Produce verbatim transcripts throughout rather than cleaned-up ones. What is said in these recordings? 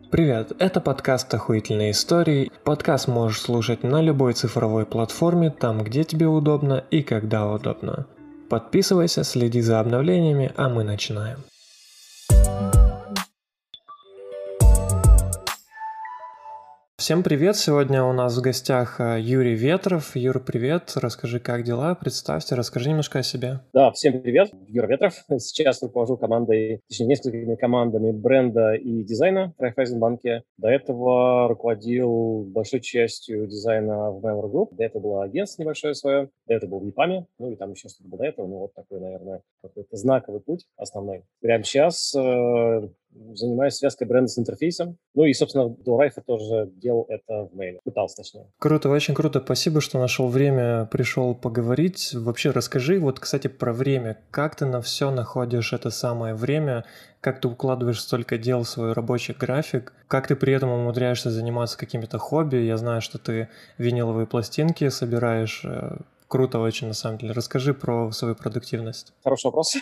Привет, это подкаст «Охуительные истории». Подкаст можешь слушать на любой цифровой платформе, там, где тебе удобно и когда удобно. Подписывайся, следи за обновлениями, а мы начинаем. Всем привет! Сегодня у нас в гостях Юрий Ветров. Юр, привет! Расскажи, как дела? Представься, расскажи немножко о себе. Да, всем привет! Юра Ветров. Сейчас руковожу командой, точнее, несколькими командами бренда и дизайна в Райффайзенбанке. До этого руководил большой частью дизайна в Mail.ru Group. До этого было агентство небольшое свое. До этого был в ЕПАМе. Ну и там еще что-то было до этого. Ну вот такой, наверное, какой-то знаковый путь основной. Прямо сейчас э, занимаюсь связкой бренда с интерфейсом. Ну и, собственно, до Райфа тоже делал это в Mail. Пытался, точнее. Круто, очень круто. Спасибо, что нашел время, пришел поговорить. Вообще расскажи, вот, кстати, про время. Как ты на все находишь это самое время? Как ты укладываешь столько дел в свой рабочий график? Как ты при этом умудряешься заниматься какими-то хобби? Я знаю, что ты виниловые пластинки собираешь. Круто очень, на самом деле. Расскажи про свою продуктивность. Хороший вопрос.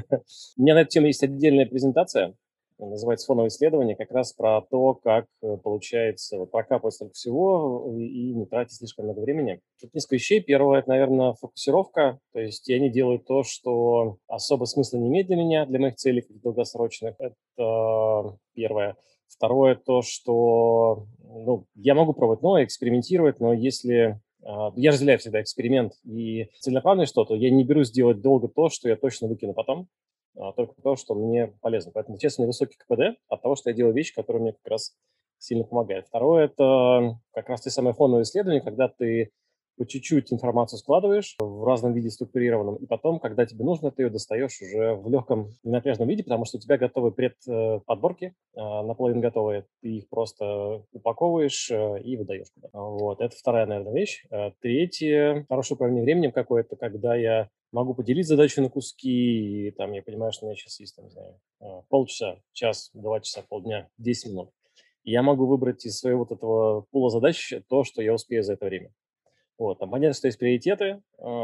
У меня на эту тему есть отдельная презентация. Называется «Фоновое исследование», как раз про то, как получается вот, прокапывать столько всего и не тратить слишком много времени. Тут несколько вещей. Первое, это, наверное, фокусировка. То есть я не делаю то, что особо смысла не имеет для меня, для моих целей долгосрочных. Это первое. Второе, то, что ну, я могу пробовать новое, экспериментировать, но если... Я разделяю всегда эксперимент и целенаправленное что-то. Я не берусь делать долго то, что я точно выкину потом. А, только то, что мне полезно. Поэтому, честно, у меня высокий КПД от того, что я делаю вещи, которые мне как раз сильно помогают. Второе – это как раз те самые фоновые исследования, когда ты по чуть-чуть информацию складываешь в разном виде структурированном, и потом, когда тебе нужно, ты ее достаешь уже в легком ненапряжном виде, потому что у тебя готовы предподборки, наполовину готовые, ты их просто упаковываешь и выдаешь куда. Вот, это вторая, наверное, вещь. Третье – хорошее управление временем какое-то, когда я могу поделить задачу на куски, и там я понимаю, что у меня сейчас есть, там, не знаю, полчаса, час, два часа, полдня, десять минут. И я могу выбрать из своего вот этого пула задач то, что я успею за это время. Вот, там понятно, что есть приоритеты,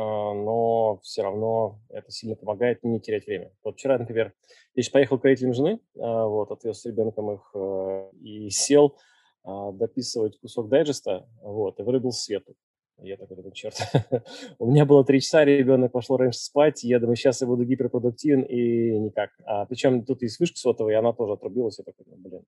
но все равно это сильно помогает не терять время. Вот вчера, например, я сейчас поехал к родителям жены, вот, отвез с ребенком их и сел дописывать кусок дайджеста, вот, и вырубился свет. Я такой думаю, черт, у меня было три часа, ребенок пошел раньше спать, я думаю, сейчас я буду гиперпродуктивен и никак. А, причем тут есть вышка сотовая, и она тоже отрубилась, я такой, блин,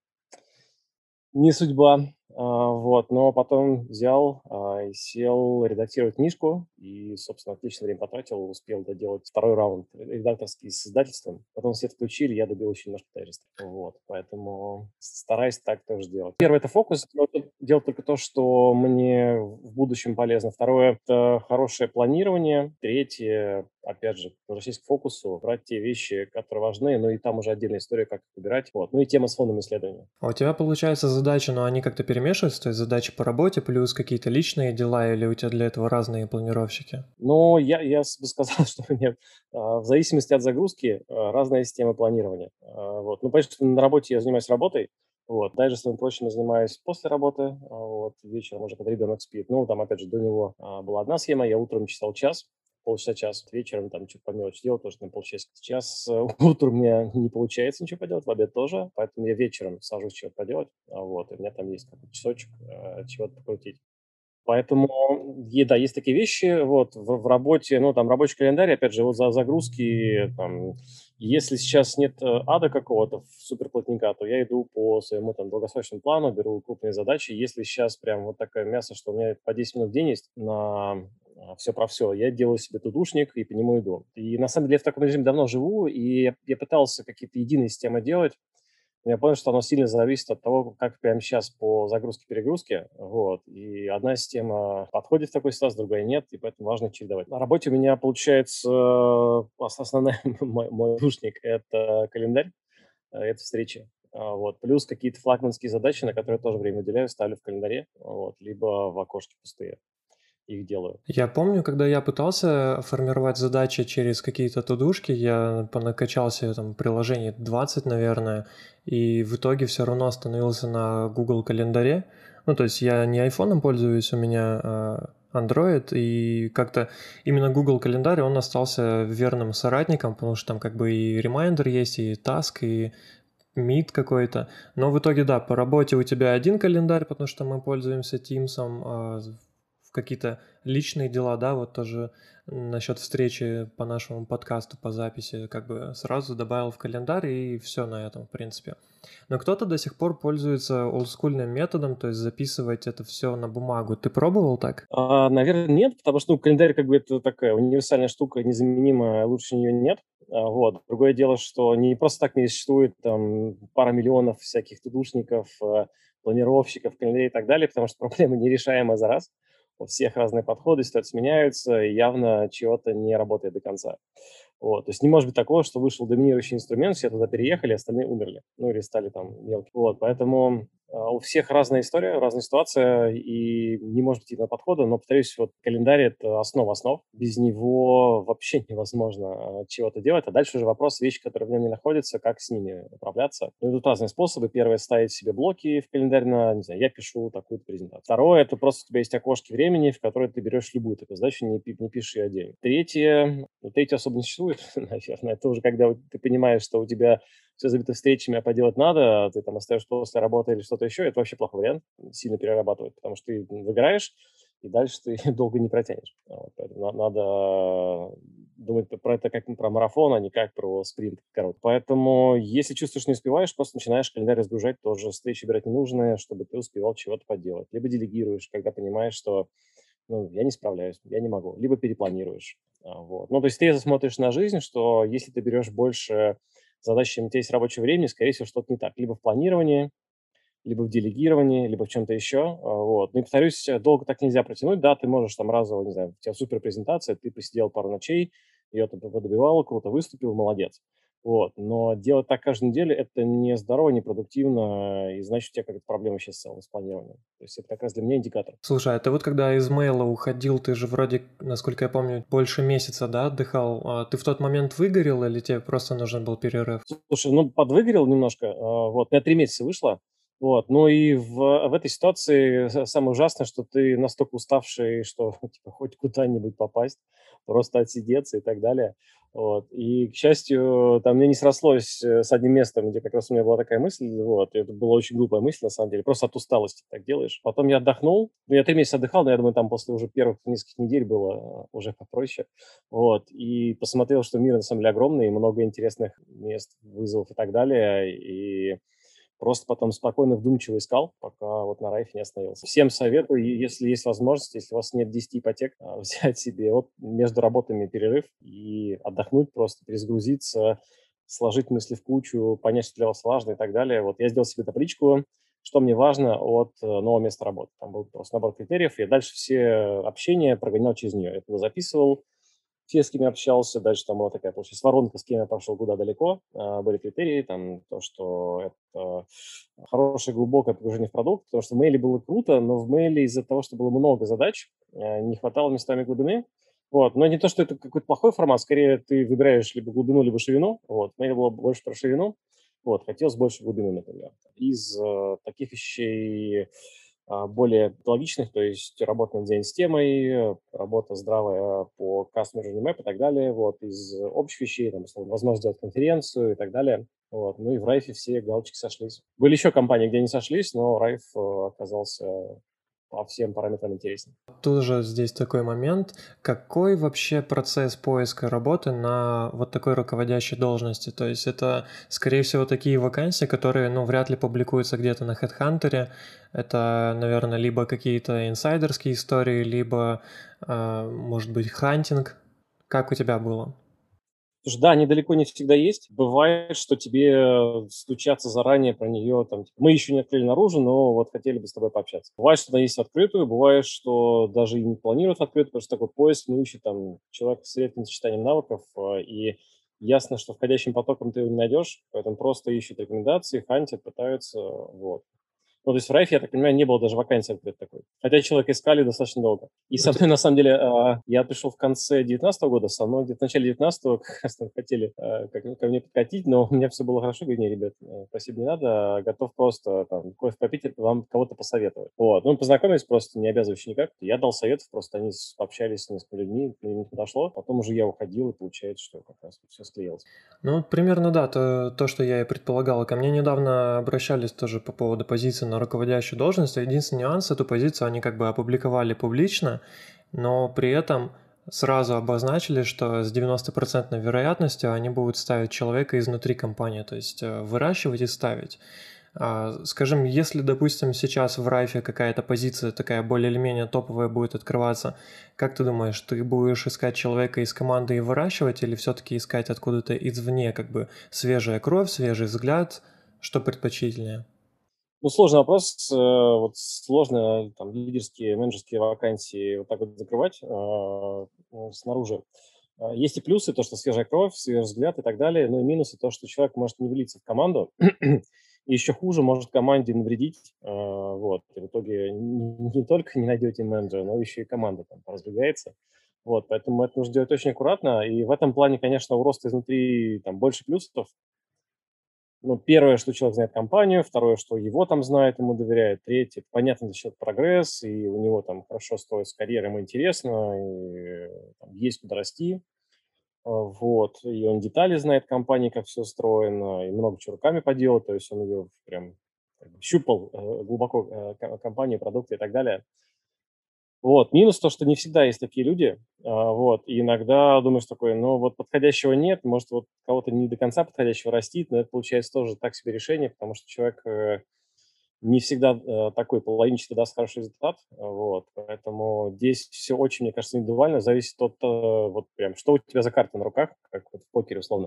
не судьба. А, вот, но потом взял а, и сел редактировать книжку, и, собственно, отличное время потратил, успел доделать второй раунд редакторский с издательством. Потом свет включили, я добил еще немножко дайджеста. Вот, поэтому стараюсь так тоже делать. Первое – это фокус, делать только то, что мне в будущем полезно. Второе – это хорошее планирование. Третье, опять же, возвращаясь к фокусу, брать те вещи, которые важны, ну и там уже отдельная история, как их выбирать. Вот. Ну и тема с фондом исследования. А у тебя, получается, задачи, но они как-то перемешиваются, то есть задачи по работе плюс какие-то личные дела, или у тебя для этого разные планировщики? Ну, я, я бы сказал, что у меня а, в зависимости от загрузки а, разная система планирования. А, вот. Ну, понятно, что на работе я занимаюсь работой, вот. Дальше своим прочим занимаюсь после работы, а, вот, вечером уже, когда ребенок спит. Ну, там, опять же, до него а, была одна схема, я утром читал час, полчаса, час, вечером там что-то по мелочи делал, тоже на полчаса. Сейчас э, утром у меня не получается ничего поделать, в обед тоже, поэтому я вечером сажусь что-то поделать, а, вот, и у меня там есть какой-то часочек э, чего-то покрутить. Поэтому, е да, есть такие вещи, вот, в в работе, ну, там, рабочий календарь, опять же, вот за загрузки, там, если сейчас нет э, ада какого-то, суперплотника, то я иду по своему, там, долгосрочному плану, беру крупные задачи. Если сейчас прям вот такое мясо, что у меня по десять минут в день есть на все про все, я делаю себе тудушник и по нему иду. И на самом деле я в таком режиме давно живу, и я я пытался какие-то единые системы делать. Я понял, что оно сильно зависит от того, как прямо сейчас по загрузке-перегрузке. Вот. И одна система подходит в такой ситуации, другая нет, и поэтому важно чередовать. На работе у меня, получается, э, основной мой, мой душник – это календарь, э, это встречи. А, Вот. Плюс какие-то флагманские задачи, на которые я тоже время уделяю, ставлю в календаре, вот, либо в окошке пустые их делаю. Я помню, когда я пытался формировать задачи через какие-то тудушки, я понакачал себе там приложений двадцать, наверное, и в итоге все равно остановился на Google календаре. Ну, то есть я не айфоном пользуюсь, у меня а, Android, и как-то именно Google календарь, он остался верным соратником, потому что там как бы и ремайдер есть, и таск, и Meet какой-то. Но в итоге, да, по работе у тебя один календарь, потому что мы пользуемся Teams, а в какие-то личные дела, да, вот тоже насчет встречи по нашему подкасту, по записи, как бы сразу добавил в календарь, и все на этом, в принципе. Но кто-то до сих пор пользуется олдскульным методом, то есть записывать это все на бумагу. Ты пробовал так? А, наверно, нет, потому что, ну, календарь как бы это такая универсальная штука, незаменимая, лучше нее нет. А, вот. Другое дело, что не просто так не существует там пара миллионов всяких тудушников, э, планировщиков, календарей и так далее, потому что проблема нерешаема за раз. У всех разные подходы, ситуации меняются, и явно чего-то не работает до конца. Вот. То есть не может быть такого, что вышел доминирующий инструмент, все туда переехали, остальные умерли. Ну, или стали там мелкими. Вот. Поэтому а, у всех разная история, разная ситуация, и не может быть единого подхода. Но, повторюсь, вот календарь– это основа основ. Без него вообще невозможно а, чего-то делать. А дальше уже вопрос, вещи, которые в нем не находятся, как с ними управляться. Ну, и тут разные способы. Первое– ставить себе блоки в календарь на, не знаю, я пишу такую-то презентацию. Второе– это просто у тебя есть окошки времени, в которые ты берешь любую такую задачу, не, пи- не пишешь ее отдельно. Третье, ну, третье особо не существует, наверное. Это уже когда вот ты понимаешь, что у тебя все забито встречами, а поделать надо, а ты там остаешься после работы или что-то еще, это вообще плохой вариант, сильно перерабатывать, потому что ты выгораешь, и дальше ты долго не протянешь. Вот, поэтому на- надо думать про это как про марафон, а не как про спринт короткий. Поэтому, если чувствуешь, не успеваешь, просто начинаешь календарь разгружать, тоже встречи брать ненужные, чтобы ты успевал чего-то поделать. Либо делегируешь, когда понимаешь, что ну, я не справляюсь, я не могу. Либо перепланируешь. А, вот. Ну, то есть ты смотришь на жизнь, что если ты берешь больше задач, чем у тебя есть рабочего времени, скорее всего, что-то не так. Либо в планировании, либо в делегировании, либо в чем-то еще. А, вот. Ну и, повторюсь, э, долго так нельзя протянуть. Да, ты можешь там разово, не знаю, у тебя супер презентация, ты посидел пару ночей, ее там добивал, круто выступил, молодец. Вот. Но делать так каждую неделю– это не здорово, не продуктивно, и значит, у тебя какая-то проблема сейчас с целом, с планированием. То есть это как раз для меня индикатор. Слушай, а ты вот когда из мейла уходил, ты же вроде, насколько я помню, больше месяца, да, отдыхал. А ты в тот момент выгорел или тебе просто нужен был перерыв? Слушай, ну, подвыгорел немножко, а, вот, на три месяца вышло, вот, ну и в в этой ситуации с самое ужасное, что ты настолько уставший, что, типа, хоть куда-нибудь попасть, просто отсидеться и так далее. Вот, и, к счастью, там мне не срослось, э, с одним местом, где как раз у меня была такая мысль, вот, и это была очень глупая мысль, на самом деле, просто от усталости так делаешь. Потом я отдохнул, ну, я три месяца отдыхал, но я думаю, там после уже первых нескольких недель было, а, уже попроще. Вот, и посмотрел, что мир на самом деле огромный, и много интересных мест, вызовов и так далее. И просто потом спокойно, вдумчиво искал, пока вот на Райфе не остановился. Всем советую, и если есть возможность, если у вас нет десяти ипотек, а, взять себе вот между работами перерыв и отдохнуть, просто перезагрузиться, сложить мысли в кучу, понять, что для вас важно и так далее. Вот я сделал себе табличку, что мне важно от э, нового места работы. Там был просто набор критериев, и дальше все общения прогонял через нее. Я это записывал, те, с кем я общался, дальше там была такая, получается, воронка, с кем я пошел куда далеко, а, были критерии, там, то, что это хорошее глубокое погружение в продукт, потому что в мейле было круто, но в мейле из-за того, что было много задач, э, не хватало местами глубины, вот, но не то, что это какой-то плохой формат, скорее ты выбираешь либо глубину, либо ширину, вот, в мейле было больше про ширину, вот, хотелось больше глубины, например. Из э, таких вещей а, более логичных, то есть работа над дизайн-системой, э, работа здравая по Customer Journey Map и так далее. Вот, из общих вещей, там, условно, возможность сделать конференцию и так далее. Вот, ну и в Райфе все галочки сошлись. Были еще компании, где не сошлись, но Райф э, оказался по всем параметрам интереснее. Тоже здесь такой момент. Какой вообще процесс поиска работы на вот такой руководящей должности? То есть это, скорее всего, такие вакансии, которые, ну, вряд ли публикуются где-то на HeadHunter. Это, наверное, либо какие-то инсайдерские истории, либо, а, может быть, хантинг. Как у тебя было? Слушай, да, они далеко не всегда есть. Бывает, что тебе э, стучатся заранее про нее, там, типа, мы еще не открыли наружу, но вот хотели бы с тобой пообщаться. Бывает, что она есть в открытую, бывает, что даже и не планируют открытую, потому что такой поиск, ну, ищет там человек с редким сочетанием навыков, э, и ясно, что входящим потоком ты его не найдешь, поэтому просто ищут рекомендации, хантят, пытаются, вот. Ну, то есть в Райфе, я так понимаю, не было даже вакансии открытой такой. Хотя человека искали достаточно долго. И со Это мной, на самом деле, а, я пришел в конце девятнадцатого года, со мной где-то в начале девятнадцатого как раз там хотели а, как- ко мне подкатить, но у меня все было хорошо. Говорю, не, ребят, э, спасибо, не надо, а готов просто там кофе попить, это вам кого-то посоветовать. Вот. Ну, познакомились просто, не обязывающе никак. Я дал советов, просто они с- пообщались с несколькими людьми, мне не подошло. Потом уже я уходил, и получается, что как раз все склеилось. Ну, примерно, да, то, то, что я и предполагал. Ко мне недавно обращались тоже по поводу позиции на руководящую должность. Единственный нюанс, эту позицию они как бы опубликовали публично, но при этом сразу обозначили, что с девяностопроцентной вероятностью они будут ставить человека изнутри компании, то есть э, выращивать и ставить. А, скажем, если, допустим, сейчас в Райфе какая-то позиция такая более или менее топовая будет открываться, как ты думаешь, ты будешь искать человека из команды и выращивать, или все-таки искать откуда-то извне, как бы свежая кровь, свежий взгляд, что предпочтительнее? Ну, сложный вопрос. э, Вот сложно там лидерские, менеджерские вакансии вот так вот закрывать а, ну, снаружи. А, Есть и плюсы, то, что свежая кровь, свежий взгляд и так далее. Ну и минусы, то, что человек может не влиться в команду. И еще хуже, может команде навредить. а, Вот. И в итоге не, не только не найдете менеджера, но еще и команда там разбегается. Вот, поэтому это нужно делать очень аккуратно. И в этом плане, конечно, у роста изнутри там больше плюсов, ну, первое, что человек знает компанию, второе, что его там знает, ему доверяет, третье, понятно, за счет прогресс, и у него там хорошо строится карьера, ему интересно, и там, есть куда расти, а, вот, и он детали знает компании, как все устроено, и много чего руками поделал, то есть он ее прям как бы щупал э, глубоко э, ко- компанию, продукты и так далее. Вот. Минус то, что не всегда есть такие люди. А, вот. И иногда думаешь такой, ну вот подходящего нет, может вот кого-то не до конца подходящего растить, но это получается тоже так себе решение, потому что человек э, не всегда э, такой половинчатый даст хороший результат. А, Вот. Поэтому здесь все очень, мне кажется, индивидуально, зависит от э, вот прям, что у тебя за карта на руках, как вот в покере условно.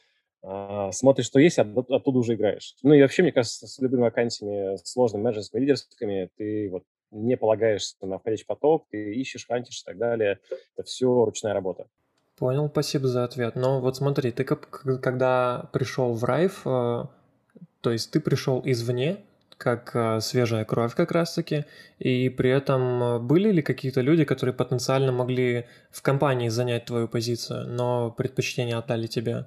А, смотришь, что есть, от- оттуда уже играешь. Ну и вообще, мне кажется, с любыми вакансиями сложными, менеджерскими, лидерскими, ты вот не полагаешься на входящий поток, ты ищешь, хантишь и так далее. Это все ручная работа. Понял, спасибо за ответ. Но вот смотри, ты как- к- когда пришел в Райф, э, то есть ты пришел извне, как э, свежая кровь как раз-таки, и при этом э, были ли какие-то люди, которые потенциально могли в компании занять твою позицию, но предпочтение отдали тебе?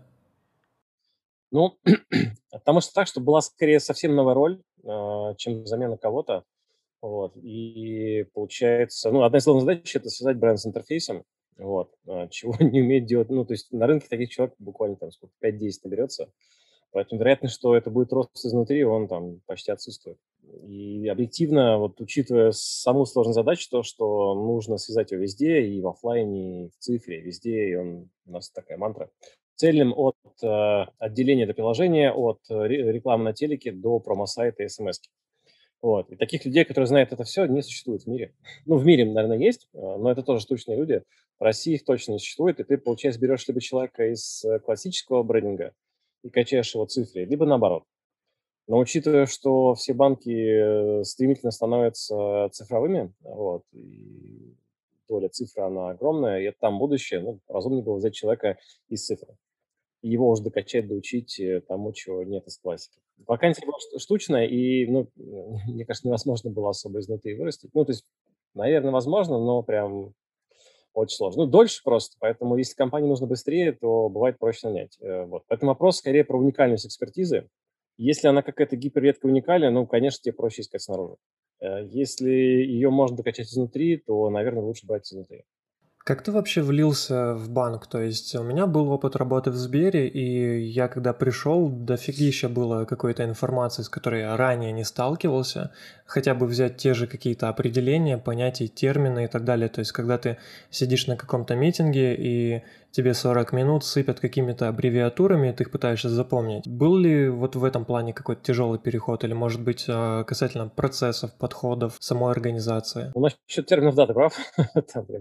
Ну, потому что так, что была скорее совсем новая роль, а, чем замена кого-то. Вот. И получается, ну, одна из главных задач– это связать бренд с интерфейсом, вот, а, чего не умеет делать, ну, то есть на рынке таких человек буквально там сколько, пять-десять наберется, поэтому вероятность, что это будет рост изнутри, он там почти отсутствует. И объективно, вот учитывая саму сложную задачу, то, что нужно связать его везде, и в оффлайне, и в цифре, везде, и он, у нас такая мантра, цельным от э, отделения до приложения, от э, ре- рекламы на телеке до промо-сайта и смс. Вот. И таких людей, которые знают это все, не существует в мире. Ну, в мире, наверное, есть, э, но это тоже штучные люди. В России их точно не существует, и ты, получается, берешь либо человека из э, классического брендинга и качаешь его цифре, либо наоборот. Но учитывая, что все банки э, стремительно становятся цифровыми, вот, и доля цифры, она огромная, и это там будущее, ну, разумнее было взять человека из цифры и его уже докачать, доучить э, тому, чего нет из классики. Вакансия была ш- штучная, и, ну, мне кажется, невозможно было особо изнутри вырастить. Ну, то есть, наверное, возможно, но прям очень сложно. Ну, дольше просто, поэтому если компании нужно быстрее, то бывает проще нанять. Э, Вот. Поэтому вопрос скорее про уникальность экспертизы. Если она какая-то гиперредко уникальная, ну, конечно, тебе проще искать снаружи. Э, Если ее можно докачать изнутри, то, наверное, лучше брать изнутри. Как ты вообще влился в банк? То есть у меня был опыт работы в Сбере, и я когда пришел, дофигища было какой-то информации, с которой я ранее не сталкивался. Хотя бы взять те же какие-то определения, понятия, термины и так далее. То есть когда ты сидишь на каком-то митинге, и тебе сорок минут сыпят какими-то аббревиатурами, и ты их пытаешься запомнить. Был ли вот в этом плане какой-то тяжелый переход, или может быть э, касательно процессов, подходов, самой организации? Ну, насчет терминов, да, ты прав. Там прям так.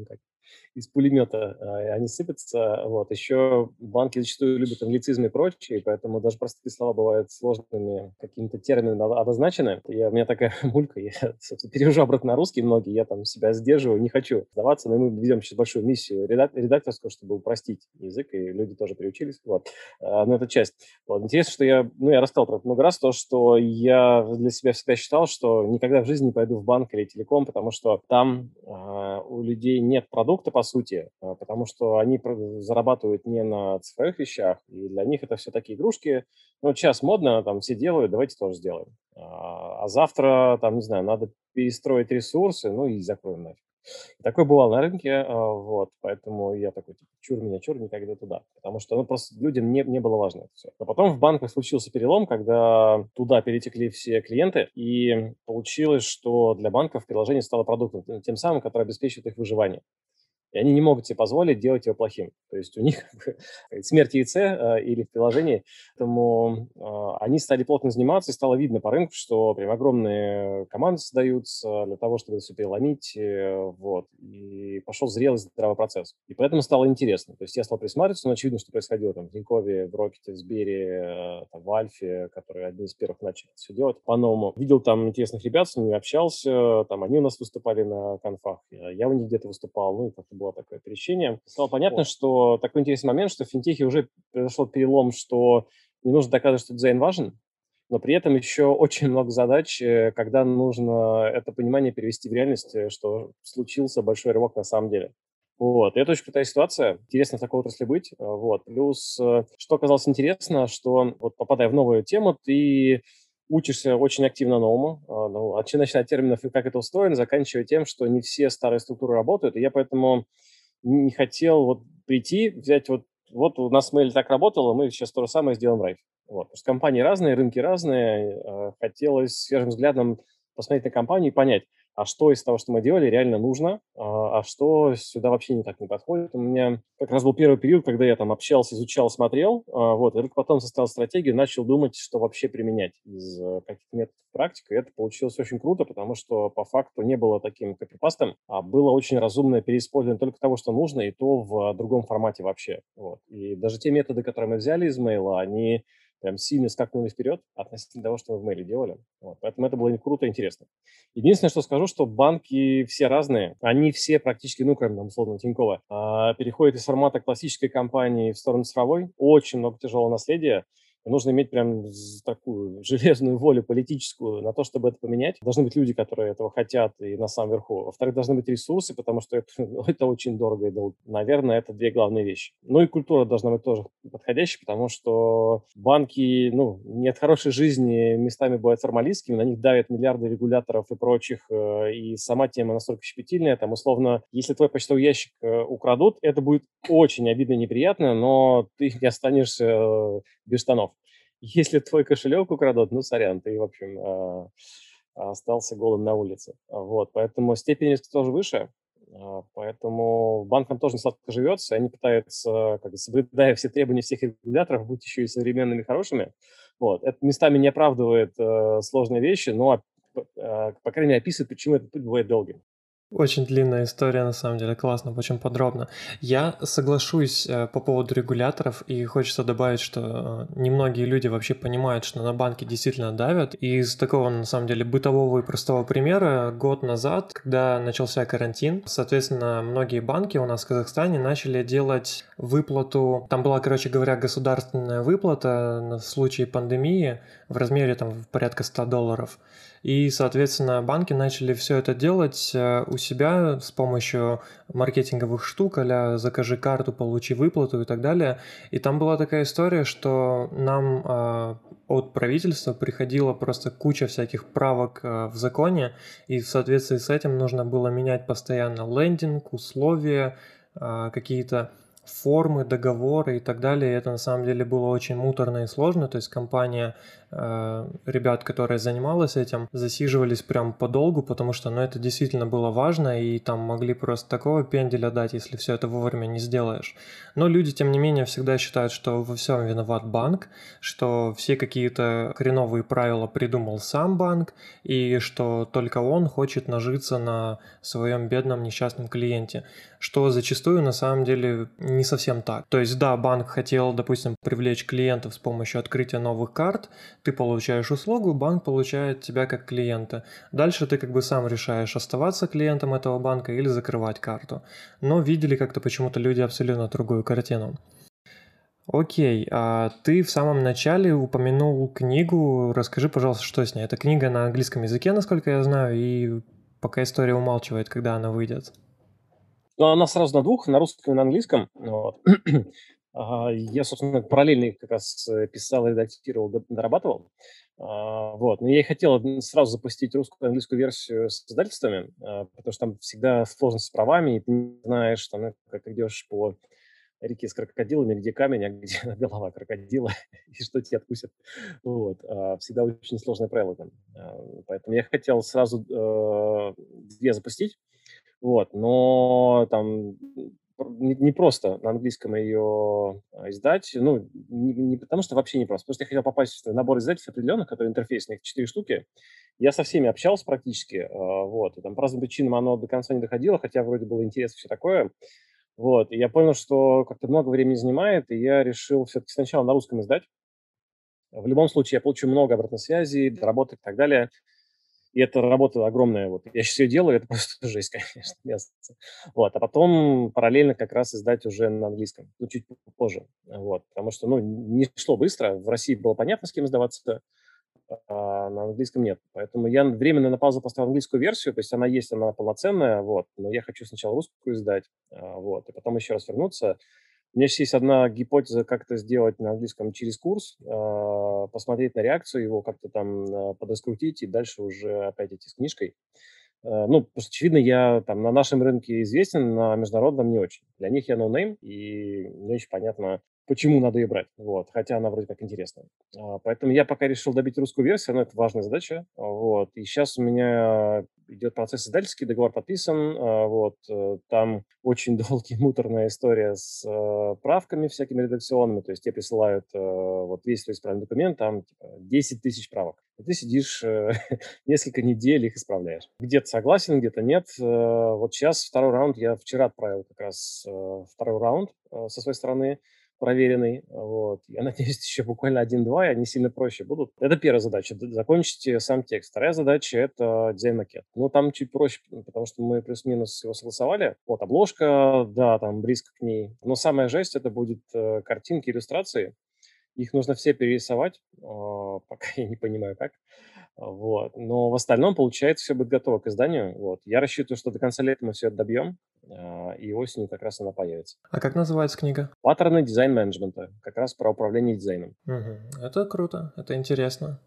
из пулемета, а, и они сыпятся. Вот. Еще банки зачастую любят англицизмы и прочее, поэтому даже простые слова бывают сложными какими-то терминами обо- обозначены. Я, у меня такая мулька, я, собственно, перевожу обратно на русский многие, я там себя сдерживаю, не хочу сдаваться, но мы ведем сейчас большую миссию редак- редакторскую, чтобы упростить язык, и люди тоже приучились. Вот. А, но это часть. Вот. Интересно, что я, ну, я рассказал про это много раз, то, что я для себя всегда считал, что никогда в жизни не пойду в банк или телеком, потому что там а, у людей нет продукта, по сути, а, потому что они про- зарабатывают не на цифровых вещах, и для них это все такие игрушки. Ну, вот сейчас модно, там все делают, давайте тоже сделаем. А, а завтра, там, не знаю, надо перестроить ресурсы, ну и закроем нафиг. Такое бывало на рынке, а, вот, поэтому я такой, типа, чур меня, чур, никогда туда. Потому что, ну, просто людям не, не было важно это все. Но потом в банках случился перелом, когда туда перетекли все клиенты, и получилось, что для банков приложение стало продуктом, тем самым, который обеспечивает их выживание. И они не могут себе позволить делать его плохим. То есть у них как бы смерть в яйце э, или в приложении. Поэтому э, они стали плотно заниматься, и стало видно по рынку, что прям огромные команды создаются для того, чтобы это все переломить. э, Вот. И пошел зрелый здравый процесс. И поэтому стало интересно. То есть я стал присматриваться, но очевидно, что происходило там в Тинькове, в Рокете, в Сбере, э, там, в Альфе, которые одни из первых начали все делать по-новому. Видел там интересных ребят, с ними общался, там они у нас выступали на конфах, я я у них где-то выступал, ну и как-то было такое пересечение. Стало понятно, Вот. что такой интересный момент, что в финтехе уже произошел перелом, что не нужно доказывать, что дизайн важен, но при этом еще очень много задач, э, когда нужно это понимание перевести в реальность, э, что случился большой рывок на самом деле. Вот. И это очень крутая ситуация. Интересно в такой отрасли быть. А, Вот. Плюс, э, что оказалось интересно, что вот попадая в новую тему, ты учишься очень активно новому, а, ну, начи- начиная от терминов и как это устроено, заканчивая тем, что не все старые структуры работают. И я поэтому не хотел вот прийти, взять вот, вот у нас Mail так работало, мы сейчас то же самое сделаем в Райфе. Вот. Потому что компании разные, рынки разные. э, Хотелось свежим взглядом посмотреть на компанию и понять, а что из того, что мы делали, реально нужно, а а что сюда вообще никак не подходит. У меня как раз был первый период, когда я там общался, изучал, смотрел, а, вот, и только потом составил стратегию, начал думать, что вообще применять из э, каких методов практик, и это получилось очень круто, потому что по факту не было таким копипастом, а было очень разумное переиспользование только того, что нужно, и то в другом формате вообще. Вот. И даже те методы, которые мы взяли из мейла, они прям сильно скакнули вперед относительно того, что мы в мейле делали. Вот. Поэтому это было круто и интересно. Единственное, что скажу, что банки все разные. Они все практически, ну, кроме, там, условно, Тинькова, а, переходят из формата классической компании в сторону цифровой. Очень много тяжелого наследия. И нужно иметь прям з- такую железную волю политическую на то, чтобы это поменять. Должны быть люди, которые этого хотят и на самом верху. Во-вторых, должны быть ресурсы, потому что это, ну, это очень дорого и долго. Наверное, это две главные вещи. Ну и культура должна быть тоже подходящей, потому что банки, ну, не от хорошей жизни местами бывают формалистскими, на них давят миллиарды регуляторов и прочих, э, и сама тема настолько щепетильная, там, условно, если твой почтовый ящик э, украдут, это будет очень обидно и неприятно, но ты не останешься э, без штанов. Если твой кошелек украдут, ну, сорян, ты, в общем, э, остался голым на улице. А, Вот, поэтому степень риска тоже выше, а, поэтому банкам тоже не сладко живется, они пытаются, как бы, соблюдая все требования всех регуляторов, быть еще и современными, хорошими. Вот. Это местами не оправдывает э, сложные вещи, но, п- э, по крайней мере, описывает, почему этот путь бывает долгим. Очень длинная история, на самом деле, классно, очень подробно. Я соглашусь э, по поводу регуляторов, и хочется добавить, что э, немногие люди вообще понимают, что на банки действительно давят. И из такого, на самом деле, бытового и простого примера, год назад, когда начался карантин, соответственно, многие банки у нас в Казахстане начали делать выплату, там была, короче говоря, государственная выплата на случай пандемии в размере там порядка ста долларов. И, соответственно, банки начали все это делать э, у себя с помощью маркетинговых штук, а закажи карту, получи выплату и так далее. И там была такая история, что нам э, от правительства приходила просто куча всяких правок э, в законе, и в соответствии с этим нужно было менять постоянно лендинг, условия, э, какие-то формы, договоры и так далее. И это на самом деле было очень муторно и сложно, то есть компания э, ребят, которые занималась этим, засиживались прям подолгу, потому что, ну, это действительно было важно, и там могли просто такого пенделя дать, если все это вовремя не сделаешь. Но люди, тем не менее, всегда считают, что во всем виноват банк, что все какие-то хреновые правила придумал сам банк, и что только он хочет нажиться на своем бедном несчастном клиенте, что зачастую на самом деле не совсем так. То есть да, банк хотел, допустим, привлечь клиентов с помощью открытия новых карт, ты получаешь услугу, банк получает тебя как клиента. Дальше ты как бы сам решаешь, оставаться клиентом этого банка или закрывать карту. Но видели как-то почему-то люди абсолютно другую картину. Окей, а ты в самом начале упомянул книгу. Расскажи, пожалуйста, что с ней? Это книга на английском языке, насколько я знаю, и пока история умалчивает, когда она выйдет. Ну, она сразу на двух, на русском и на английском. Вот. А, я, собственно, параллельно их как раз э, писал, редактировал, д- дорабатывал. А, Вот. Но я и хотел м, сразу запустить русскую и английскую версию с издательствами, а, потому что там всегда сложность с правами, и ты не знаешь, там, ну, как идешь по реке с крокодилами, где камень, а где голова крокодила, и что тебя откусят. Вот. А, Всегда очень сложное правило там. А, Поэтому я хотел сразу э, две запустить. Вот, но там пр не не просто на английском ее, а, издать. Ну, не не потому что вообще не просто, потому что я хотел попасть в набор издательств определенных, которые интерфейсные, их четыре штуки. Я со всеми общался практически, а, вот, и там по разным причинам оно до конца не доходило, хотя вроде было интересно, все такое. Вот, и я понял, что как-то много времени занимает, и я решил все-таки сначала на русском издать. В любом случае я получу много обратной связи, доработок и так далее. И это работа огромная. Вот я сейчас ее делаю, это просто жесть, конечно, месяц. Вот, а потом параллельно как раз издать уже на английском, ну, чуть позже. Вот, потому что, ну, не шло быстро. В России было понятно, с кем сдаваться, а на английском нет. Поэтому я временно на паузу поставил английскую версию, то есть она есть, она полноценная, вот, но я хочу сначала русскую издать, а, вот, и потом еще раз вернуться. У меня сейчас есть одна гипотеза, как это сделать на английском через курс, а, посмотреть на реакцию его, как-то там а, подраскрутить и дальше уже опять идти с книжкой. Э, Ну, потому что, очевидно, я там на нашем рынке известен, на международном не очень. Для них я ноунейм, и не очень понятно, почему надо ее брать. Вот, хотя она вроде как интересная. А, Поэтому я пока решил добить русскую версию, но это важная задача. А, Вот, и сейчас у меня идет процесс издательский, договор подписан. а, Вот, э, там очень долгая, муторная история с э, правками всякими редакционными. То есть тебе присылают э, вот весь твой исправленный документ, там типа, десять тысяч правок. И ты сидишь э, несколько недель их исправляешь. Где-то согласен, где-то нет. Э, Вот сейчас второй раунд, я вчера отправил как раз э, второй раунд э, со своей стороны, проверенный. Вот. Я надеюсь, еще буквально один-два, и они сильно проще будут. Это первая задача, д- закончить э, сам текст. Вторая задача– это дизайн-макет. Ну, там чуть проще, п- потому что мы плюс-минус его согласовали. Вот, обложка, да, там близко к ней. Но самая жесть– это будет э, картинки, иллюстрации. Их нужно все перерисовать, а, пока я не понимаю как. А, Вот. Но в остальном, получается, все будет готово к изданию. Вот. Я рассчитываю, что до конца лета мы все это добьем, а, и осенью как раз она появится. А как называется книга? Паттерны дизайн-менеджмента, как раз про управление дизайном. Мгм. Это круто, это интересно.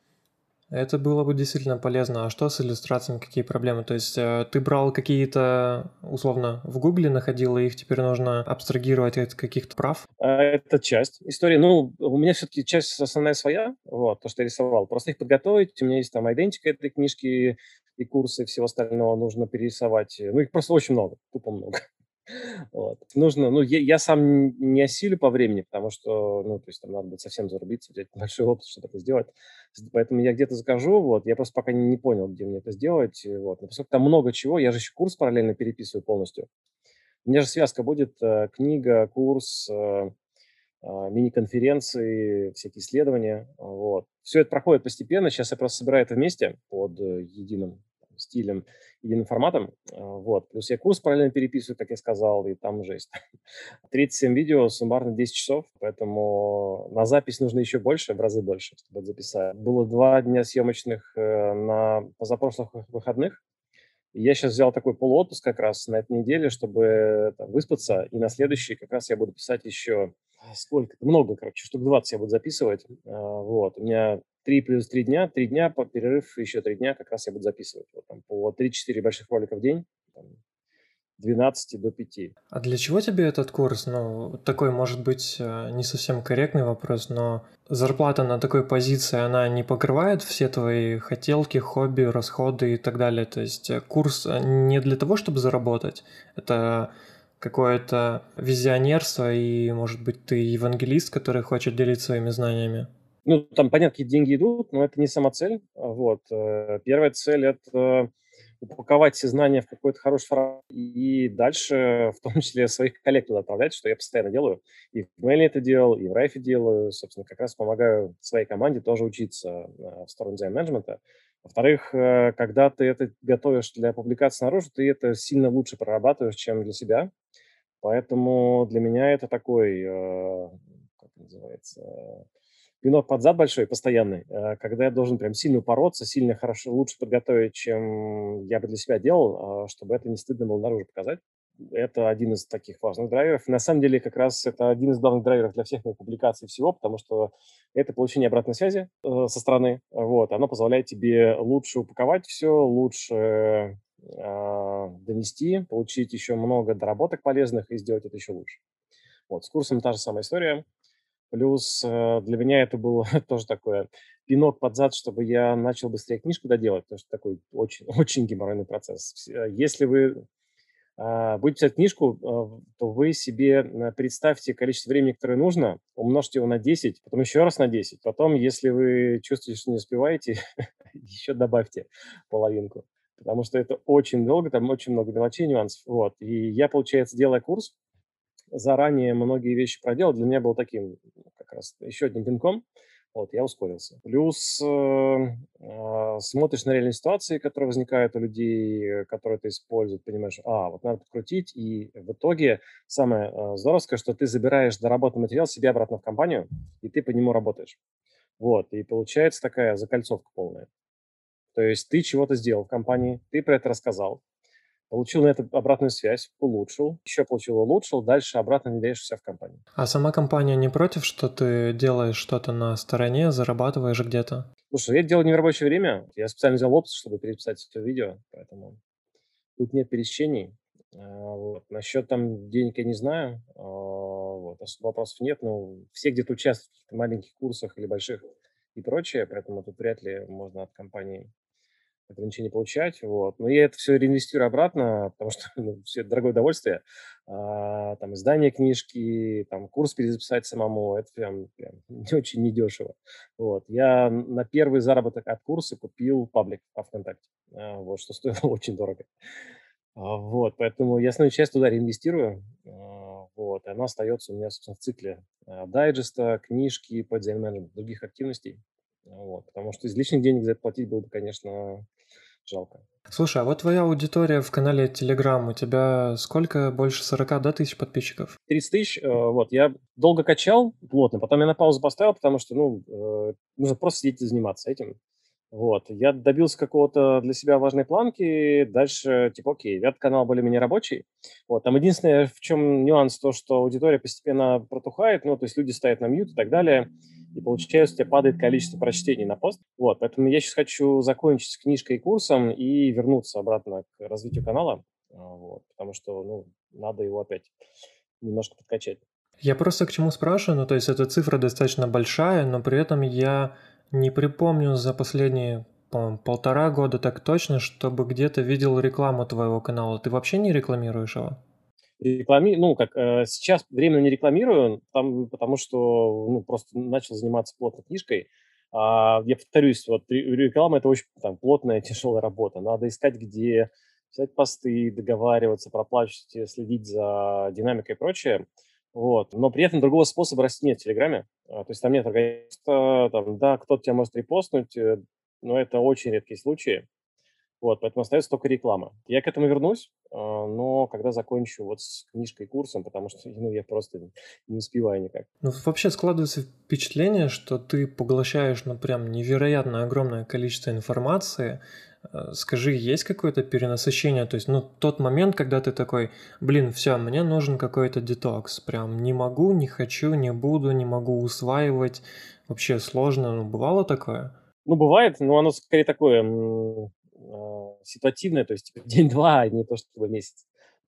Это было бы действительно полезно. А что с иллюстрациями, какие проблемы? То есть э, ты брал какие-то, условно, в Гугле находил, и их теперь нужно абстрагировать от каких-то прав? А, Это часть истории. Ну, у меня все-таки часть основная своя, вот, то, что я рисовал. Просто их подготовить. У меня есть там идентика этой книжки и курсы, всего остального нужно перерисовать. Ну, их просто очень много, тупо много. Вот. Нужно, ну, я, я сам не осилю по времени, потому что, ну, то есть там надо будет совсем зарубиться, взять большой опыт, чтобы это сделать. С- Поэтому я где-то закажу, вот, я просто пока не, не понял, где мне это сделать, и вот. Но поскольку там много чего, я же еще курс параллельно переписываю полностью. У меня же связка будет, э, книга, курс, э, а, мини-конференции, всякие исследования, вот. Все это проходит постепенно. Сейчас я просто собираю это вместе под э, единым там, стилем, единым форматом. А, Вот. Плюс я курс параллельно переписываю, как я сказал, и там уже есть тридцать семь видео, суммарно десять часов, поэтому на запись нужно еще больше, в разы больше, чтобы это записать. Было два дня съемочных э, на позапрошлых вы- выходных. И я сейчас взял такой полуотпуск как раз на этой неделе, чтобы там, выспаться, и на следующий как раз я буду писать еще а, сколько? Много, короче, штук двадцать я буду записывать. А, Вот, у меня три плюс три дня, три дня, по перерыв еще три дня как раз я буду записывать. Вот, там, по три-четыре больших ролика в день, там, двенадцати до пяти. А для чего тебе этот курс? Ну, такой, может быть, э, не совсем корректный вопрос, но зарплата на такой позиции, она не покрывает все твои хотелки, хобби, расходы и так далее. То есть э, курс э, не для того, чтобы заработать. Это какое-то визионерство, и, может быть, ты евангелист, который хочет делиться своими знаниями. Ну, там, понятно, какие деньги идут, но это не самоцель. А, вот. э, Первая цель– это упаковать все знания в какой-то хороший формат и дальше, в том числе, своих коллег туда отправлять, что я постоянно делаю. И в Мейле это делал, и в Райфе делаю. Собственно, как раз помогаю своей команде тоже учиться э, в сторону дизайн-менеджмента. Во-вторых, э, когда ты это готовишь для публикации наружу, ты это сильно лучше прорабатываешь, чем для себя. Поэтому для меня это такой, э, как называется, э, пинок под зад большой, постоянный, э, когда я должен прям сильно упороться, сильно хорошо, лучше подготовить, чем я бы для себя делал, а, чтобы это не стыдно было наружу показать. Это один из таких важных драйверов. На самом деле, как раз это один из главных драйверов для всех моих публикаций всего, потому что это получение обратной связи э, со стороны. Вот, оно позволяет тебе лучше упаковать все, лучше а, донести, получить еще много доработок полезных и сделать это еще лучше. Вот, с курсом та же самая история. Плюс э, для меня это было тоже такое пинок под зад, чтобы я начал быстрее книжку доделать, потому что такой очень, очень геморройный процесс. Вс- э, Если вы а, будете писать книжку, э, то вы себе э, представьте количество времени, которое нужно, умножьте его на десять, потом еще раз на десять. Потом, если вы чувствуете, что не успеваете, еще добавьте половинку. Потому что это очень долго, там очень много мелочей, нюансов. Вот. И я, получается, делая курс, заранее многие вещи проделал. Для меня был таким ну, как раз еще одним пинком. Вот, я ускорился. Плюс э, а, смотришь на реальные ситуации, которые возникают у людей, э, которые это используют, понимаешь, а, вот надо подкрутить, и в итоге самое э, здоровское, что ты забираешь доработанный материал себе обратно в компанию, и ты по нему работаешь. Вот, и получается такая закольцовка полная. То есть ты чего-то сделал в компании, ты про это рассказал, получил на это обратную связь, улучшил, еще получил, улучшил, дальше обратно внедряешь у себя в компанию. А сама компания не против, что ты делаешь что-то на стороне, зарабатываешь где-то? Слушай, я это делаю не в рабочее время. Я специально взял опцию, чтобы переписать все видео, поэтому тут нет пересечений. А, вот. Насчет там денег я не знаю. А, вот. Особо вопросов нет. Но все где-то участвуют в каких-то маленьких курсах или больших и прочее, поэтому тут вряд ли можно от компании ограничений получать, вот. Но я это все реинвестирую обратно, потому что, ну, всё это дорогое удовольствие. А, там издание книжки, там курс перезаписать самому- это прям прям не очень недешево. Вот. Я на первый заработок от курса купил паблик во "ВКонтакте", а, вот, что стоило очень дорого. А, вот, поэтому я основную часть туда реинвестирую, а, вот, и она остается у меня, собственно, в цикле, а, дайджеста, книжки по дизайн-менеджменту, других активностей. А, вот, потому что из личных денег за это платить было бы, конечно, жалко. Слушай, а вот твоя аудитория в канале Telegram, у тебя сколько? Больше сорока, да, тысяч подписчиков? тридцать тысяч, э, вот, я долго качал плотно, потом я на паузу поставил, потому что, ну, э, нужно просто сидеть и заниматься этим. Вот, я добился какого-то для себя важной планки, дальше, типа, окей, этот канал более-менее рабочий. Вот, там единственное, в чем нюанс, то, что аудитория постепенно протухает, ну, то есть люди ставят на мьют и так далее, и получается, у тебя падает количество прочтений на пост. Вот, поэтому я сейчас хочу закончить с книжкой и курсом и вернуться обратно к развитию канала, а, вот, потому что, ну, надо его опять немножко подкачать. Я просто к чему спрашиваю, ну, то есть эта цифра достаточно большая, но при этом я не припомню за последние, по-моему, полтора года так точно, чтобы где-то видел рекламу твоего канала. Ты вообще не рекламируешь его? Реклами ну, как, э, сейчас временно не рекламирую, там, потому что, ну, просто начал заниматься плотно книжкой. А, я повторюсь, вот ре реклама- это очень там плотная, тяжелая работа. Надо искать, где писать посты, договариваться, проплачивать, э, следить за динамикой и прочее. Вот. Но при этом другого способа расти нет в "Телеграме". А, то есть там нет организации, там, да, кто-то тебя может репостнуть, э, но это очень редкие случаи. Вот, поэтому остается только реклама. Я к этому вернусь, а, но когда закончу вот с книжкой и курсом, потому что, ну, я просто не успеваю никак. Ну, вообще складывается впечатление, что ты поглощаешь, ну, прям невероятно огромное количество информации. Э, Скажи, есть какое-то перенасыщение? То есть, ну, тот момент, когда ты такой, блин, все, мне нужен какой-то детокс. Прям не могу, не хочу, не буду, не могу усваивать. Вообще сложно. Ну, бывало такое? Ну, бывает, но оно скорее такое м, а, ситуативное, то есть типа день-два, а не то чтобы месяц.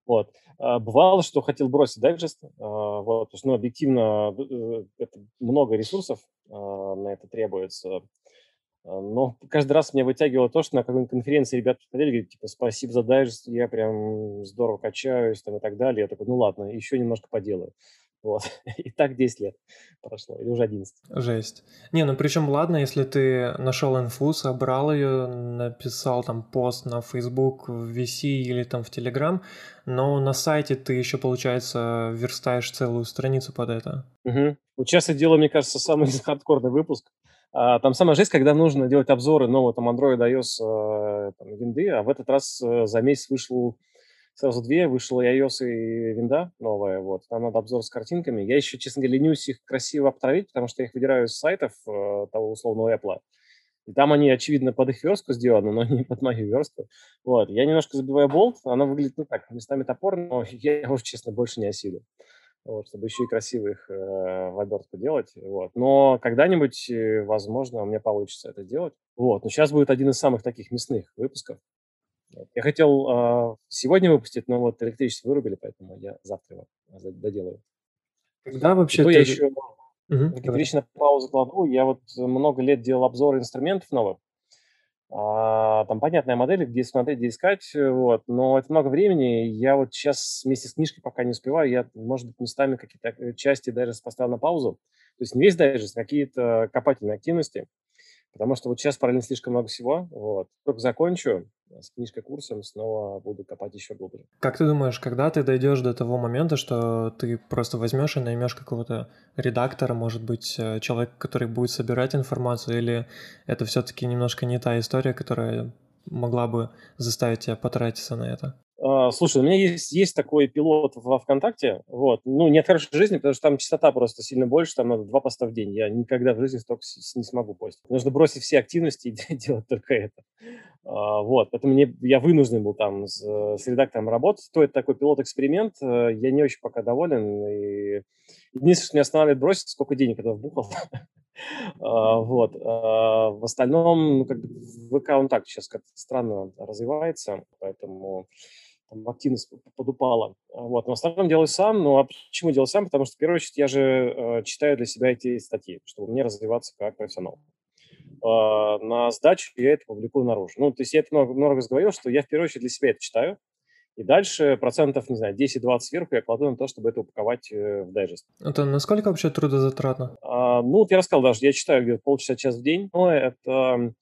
Вот. А, бывало, что хотел бросить дайджест, а, вот, то есть, ну, объективно, э, это много ресурсов, а, на это требуется. А, но каждый раз меня вытягивало то, что на какой-нибудь конференции ребята подходили, говорят, типа: "Спасибо за дайджест, я прям здорово качаюсь", там и так далее. Я такой: "Ну ладно, еще немножко поделаю". Вот. И так десять лет прошло, или уже одиннадцать. Жесть. Не, ну причем ладно, если ты нашел инфу, собрал ее, написал там пост на Facebook, в ви си или там в Telegram, но на сайте ты еще, получается, верстаешь целую страницу под это. Мгм. Вот щас я делаю, мне кажется, самый хардкорный выпуск. А, там самая жесть, когда нужно делать обзоры нового там Android, iOS, э, там, винды, а в этот раз, э, за месяц вышел сразу две, вышел и iOS, и винда новая, вот. Там надо обзор с картинками. Я еще, честно говоря, ленюсь их красиво обтравить, потому что я их выдираю с сайтов, э, того условного Apple. И там они, очевидно, под их верстку сделаны, но не под мою верстку. Вот. Я немножко забиваю болт, она выглядит, ну так, местами топорно, но я уже, честно, больше не осилю. Вот, чтобы еще и красиво их, э, в обертку делать, вот. Но когда-нибудь, э, возможно, у меня получится это сделать. Вот, но сейчас будет один из самых таких мясных выпусков. Вот. Я хотел, а, сегодня выпустить, но вот электричество вырубили, поэтому я завтра его за доделаю. Когда И вообще то я ты... еще Мгм, какие-то говори. вещи на паузу кладу. Я вот много лет делал обзоры инструментов новых. А, там понятная модель, где смотреть, где искать, э, вот, но это много времени. Я вот сейчас вместе с книжкой пока не успеваю. Я, может быть, местами какие-то э, части даже поставил на паузу. То есть не весь дайджест, а какие-то копательные активности. Потому что вот сейчас параллельно слишком много всего. Вот. Только закончу э, с книжкой, курсом, снова буду копать еще глубже. Как ты думаешь, когда ты дойдешь до того момента, что ты просто возьмешь и наймешь какого-то редактора, может быть, э, человек, который будет собирать информацию, или это все-таки немножко не та история, которая могла бы заставить тебя потратиться на это? А, слушай, у меня есть, есть такой пилот во ВКонтакте, вот, ну, не от хорошей жизни, потому что там частота просто сильно больше, там надо два поста в день. Я никогда в жизни столько с- с- не смогу постить. Нужно бросить все активности и де- делать только это. А, вот, поэтому мне, я вынужден был там с, э, с редактором работать. То это такой пилот-эксперимент, э, я не очень пока доволен. И единственное, что меня останавливает бросить, сколько денег это вбухал. А, Вот. а, В остальном, ну, как бы ВК он так сейчас как-то странно развивается, поэтому там активность п- подупала. А, Вот. Но в основном делаю сам. Ну, а почему делаю сам? Потому что, в первую очередь, я же э, читаю для себя эти статьи, чтобы мне развиваться как профессионал. А, На сдачу я это публикую наружу. Ну, то есть я это много, много раз говорил, что я в первую очередь для себя это читаю, и дальше процентов, не знаю, десять-двадцать сверху я кладу на то, чтобы это упаковать э, в дайджест. Это насколько вообще трудозатратно? А, ну, вот я рассказал даже, я читаю где-то полчаса-час в день. Но это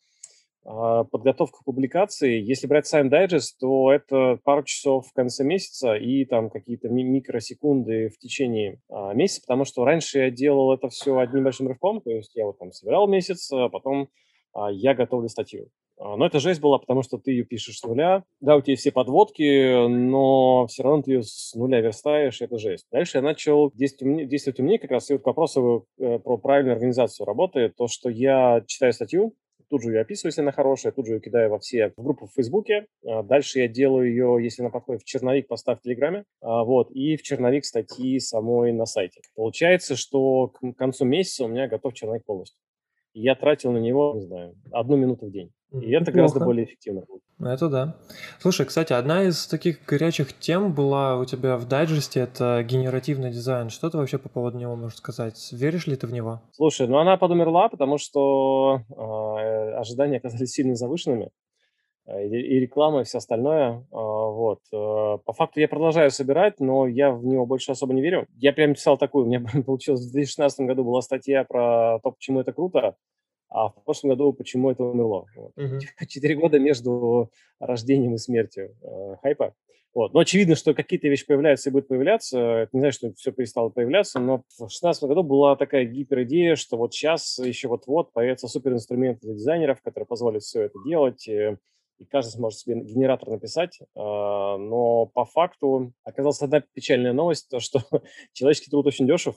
а, подготовка к публикации. Если брать сам дайджест, то это пару часов в конце месяца и там какие-то ми- микросекунды в течение а, месяца, потому что раньше я делал это все одним большим рывком, то есть я вот там собирал месяц, а потом а, я готовлю статью. А, Но это жесть была, потому что ты ее пишешь с нуля. Да, у тебя есть все подводки, но все равно ты ее с нуля верстаешь, это жесть. Дальше я начал действовать умнее, действовать умнее как раз и вот к вопросу э, про правильную организацию работы. То, что я читаю статью, тут же ее описываю, если она хорошая, тут же ее кидаю во все в группы в Фейсбуке. А, Дальше я делаю ее, если она подходит, в черновик, постав в Телеграме, а, вот, и в черновик статьи самой на сайте. Получается, что к концу месяца у меня готов черновик полностью. И я тратил на него, не знаю, одну минуту в день. М, И это гораздо Неплохо. более эффективно. Это да. Слушай, кстати, одна из таких горячих тем была у тебя в дайджесте — это генеративный дизайн. Что ты вообще по поводу него можешь сказать? Веришь ли ты в него? Слушай, ну она подумерла, потому что а, ожидания оказались сильно завышенными. э, и и реклама, и все остальное. А, вот. Э, По факту я продолжаю собирать, но я в него больше особо не верю. Я прям писал такую, у меня получилось в две тысячи шестнадцатом году была статья про то, почему это круто, а в прошлом году почему это умерло. Вот. Мгм. Четыре года между рождением и смертью э, хайпа. Вот. Но очевидно, что какие-то вещи появляются и будут появляться. Это не значит, что все перестало появляться, но в две тысячи шестнадцатом году была такая гиперидея, что вот сейчас еще вот-вот появится суперинструмент для дизайнеров, который позволит все это делать. э, И каждый сможет себе генератор написать. А, Но по факту оказалась одна печальная новость, то что человеческий труд очень дешев,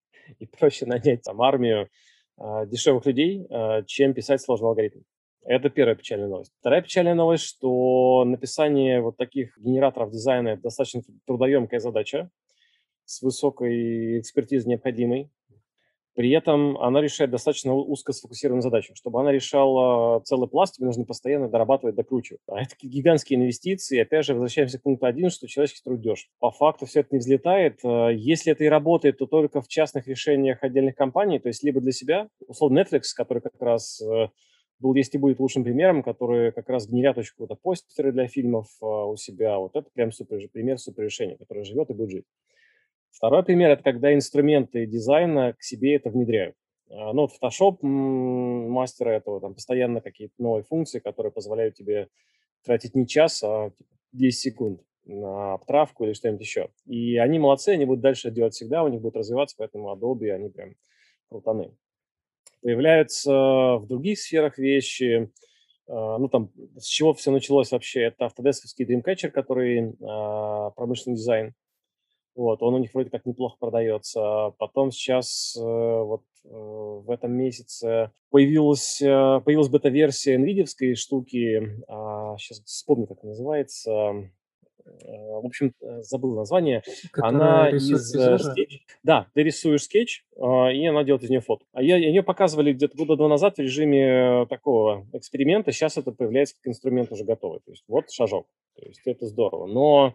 и проще нанять там армию а, дешевых людей, а, чем писать сложный алгоритм. Это первая печальная новость. Вторая печальная новость, что написание вот таких генераторов дизайна — это достаточно трудоемкая задача с высокой экспертизой необходимой. При этом она решает достаточно у- узко сфокусированную задачу. Чтобы она решала целый пласт, тебе нужно постоянно дорабатывать, докручивать. А это такие гигантские инвестиции. И опять же, возвращаемся к пункту один, что человеческий труд дешев. По факту все это не взлетает. Э, Если это и работает, то только в частных решениях отдельных компаний, то есть либо для себя, условно Netflix, который как раз э, был, есть и будет лучшим примером, которые как раз генерят очень круто постеры для фильмов э, у себя. Вот это прям супер, пример супер решения, которое живет и будет жить. Второй пример – это когда инструменты дизайна к себе это внедряют. А, Ну, вот Photoshop м, мастера этого, там постоянно какие-то новые функции, которые позволяют тебе тратить не час, а типа, десять секунд на обтравку или что-нибудь еще. И они молодцы, они будут дальше это делать всегда, у них будет развиваться, поэтому Adobe, они прям крутаны. Появляются в других сферах вещи, а, ну, там, с чего все началось вообще, это автодесковский Dreamcatcher, который а, промышленный дизайн. Вот, он у них вроде как неплохо продается. Потом сейчас, э, вот, э, в этом месяце появилась, э, появилась бета-версия NVIDIA-вской штуки. Сейчас вспомню, как она называется. Э, в общем, э, забыл название. Которая Она рисует из, э, пейзажи? Sketch. Да, ты рисуешь скетч, а, и она делает из нее фото. А я ее показывали где-то года два назад в режиме э, такого эксперимента. Сейчас это появляется как инструмент уже готовый. То есть вот шажок. То есть это здорово. Но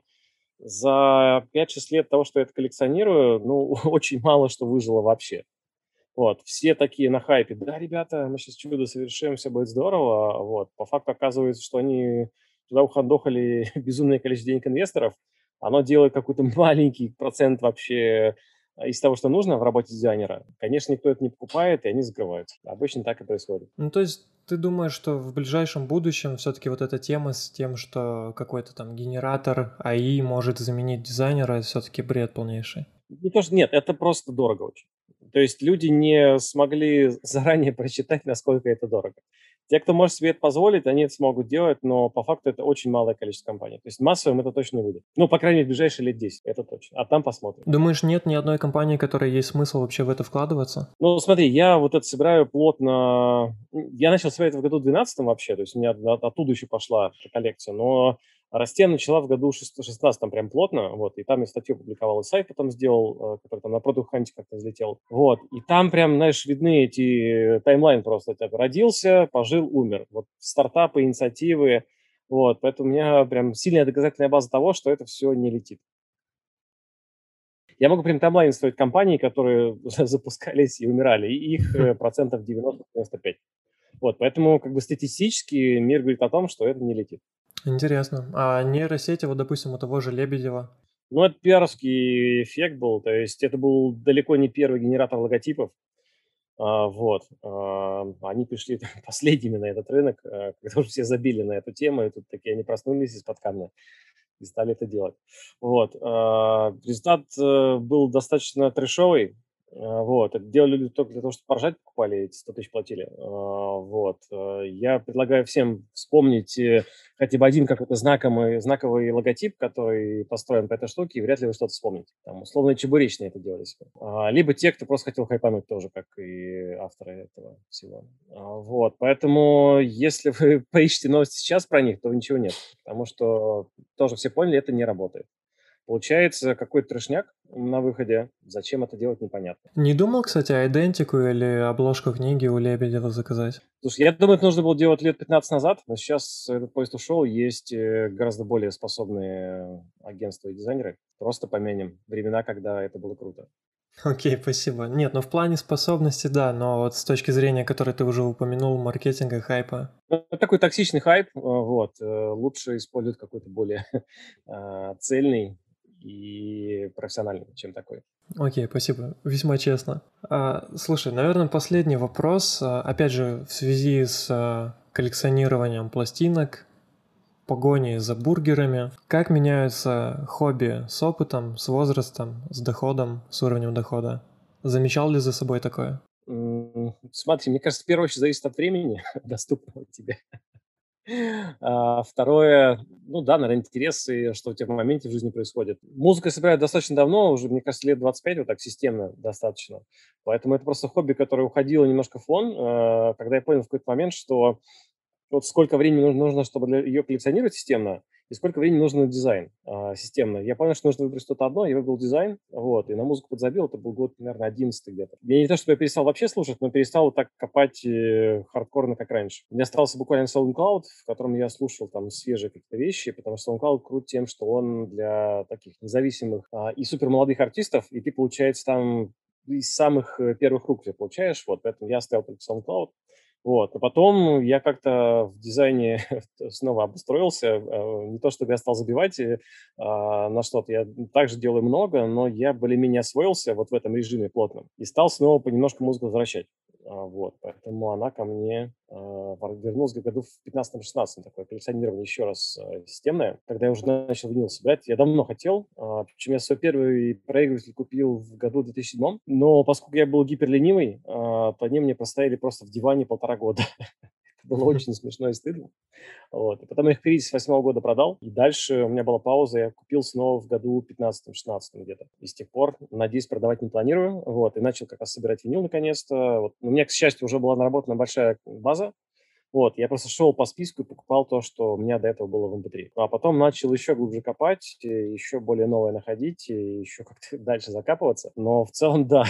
за пять-шесть лет того, что я это коллекционирую, ну, очень мало что выжило вообще. Вот, все такие на хайпе: "Да, ребята, мы сейчас чудо совершим, все будет здорово". Вот, по факту оказывается, что они туда ухандохали безумное количество денег инвесторов. Оно делает какой-то маленький процент вообще, а, из того, что нужно в работе дизайнера. Конечно, никто это не покупает, и они закрываются. Обычно так и происходит. Ну, то есть ты думаешь, что в ближайшем будущем все-таки вот эта тема с тем, что какой-то там генератор А I может заменить дизайнера, это все-таки бред полнейший? Не то, что нет, это просто дорого очень. То есть люди не смогли заранее просчитать, насколько это дорого. Те, кто может себе это позволить, они это смогут делать, но по факту это очень малое количество компаний. То есть массовым это точно не будет. Ну, по крайней мере, в ближайшие лет десять, это точно. А там посмотрим. Думаешь, нет ни одной компании, которой есть смысл вообще в это вкладываться? Ну, смотри, я вот это собираю плотно. м, Я начал собирать в году двенадцатом вообще, то есть у меня от- оттуда еще пошла эта коллекция, но расти я начала в году шест- шестнадцатом прям плотно, вот, и там я статью публиковал, и сайт потом сделал, э, который там на Product Hunt как-то взлетел, вот, и там прям, знаешь, видны эти таймлайн просто, типа, родился, пожил, умер, вот, стартапы, инициативы, вот, поэтому у меня прям сильная доказательная база того, что это все не летит. Я могу прям таймлайн строить компаний, которые запускались и умирали, и их Хм, э, процентов девяносто-девяносто пять. Вот, поэтому как бы статистически мир говорит о том, что это не летит. Интересно. А нейросети, вот, допустим, у того же Лебедева, Но это пиаровский эффект был, то есть это был далеко не первый генератор логотипов. А, вот. А, они пришли последними на этот рынок, а, когда уже все забили на эту тему, и тут такие они проснулись из-под камня и стали это делать. Вот. А, результат э, был достаточно трэшовый. А, вот. Это делали люди только для того, чтобы поржать, покупали, эти сто тысяч платили. А, вот. А, Я предлагаю всем вспомнить э, хотя бы один какой-то знаковый, знаковый логотип, который построен по этой штуке, и вряд ли вы что-то вспомните. Там, условно, чебуречные это делали себе. А, либо те, кто просто хотел хайпануть тоже, как и авторы этого всего. А, вот. Поэтому, если вы поищете новости сейчас про них, то ничего нет. Потому что тоже все поняли, это не работает. Получается какой-то трешняк на выходе. Зачем это делать, непонятно. не думал, кстати, идентику или обложку книги у Лебедева заказать? Слушай, я думаю, это нужно было делать лет пятнадцать назад, но сейчас этот поезд ушел, есть э, гораздо более способные агентства и дизайнеры. Просто помянем времена, когда это было круто. Окей, спасибо. Нет, ну в плане способности, да, но вот с точки зрения, которой ты уже упомянул, маркетинга, хайпа. Ну, это такой токсичный хайп, э, вот, э, лучше использовать какой-то более а, цельный и профессиональный, чем такой. Окей, спасибо. Весьма честно. А, слушай, наверное, последний вопрос. А, опять же, в связи с а, коллекционированием пластинок, погоней за бургерами. Как меняются хобби с опытом, с возрастом, с доходом, с уровнем дохода? Замечал ли за собой такое? М, Смотри, мне кажется, в первую очередь зависит от времени, доступного тебе. А, второе, ну да, наверное, интересы, что у тебя в моменте в жизни происходит. Музыку я собираю достаточно давно, уже, мне кажется, лет двадцать пять, вот так системно достаточно. Поэтому это просто хобби, которое уходило немножко в фон, э, когда я понял в какой-то момент, что вот сколько времени нужно, нужно чтобы для ее коллекционировать системно, и сколько времени нужно на дизайн а, системно. Я понял, что нужно выбрать что-то одно, я выбрал дизайн, вот, и на музыку подзабил, это был год, наверное, одиннадцатый где-то. Я не то, чтобы я перестал вообще слушать, но перестал вот так копать э, хардкорно, как раньше. У меня остался буквально SoundCloud, в котором я слушал там свежие какие-то вещи, потому что SoundCloud крут тем, что он для таких независимых а, и супер молодых артистов, и ты, получается, там из самых э, первых рук ты получаешь, вот, поэтому я оставил только SoundCloud. Вот. А потом я как-то в дизайне снова обустроился. э, Не то, чтобы я стал забивать э, а, на что-то. Я также делаю много, но я более-менее освоился вот в этом режиме плотном и стал снова понемножку музыку возвращать. А, Вот. Поэтому она ко мне а, вор- вернулась где-то году в пятнадцатом-шестнадцатом. Такое коллекционирование еще раз а, системное. Когда я уже начал винил собирать, я давно хотел. а, Причем я свой первый проигрыватель купил в году две тысячи седьмом. Но поскольку я был гиперленивый, а, то они мне простояли просто в диване полтора года. Это было очень смешно и стыдно. Вот. И потом я их в кризис восьмого года продал. И дальше у меня была пауза. Я купил снова в году пятнадцатом-шестнадцатом где-то. И с тех пор, надеюсь, продавать не планирую. Вот. И начал как раз собирать винил наконец-то. Вот. У меня, к счастью, уже была наработана большая база. Вот, я просто шел по списку и покупал то, что у меня до этого было в эм пэ три. А потом начал еще глубже копать, э, еще более новое находить, и еще как-то дальше закапываться. Но в целом, да,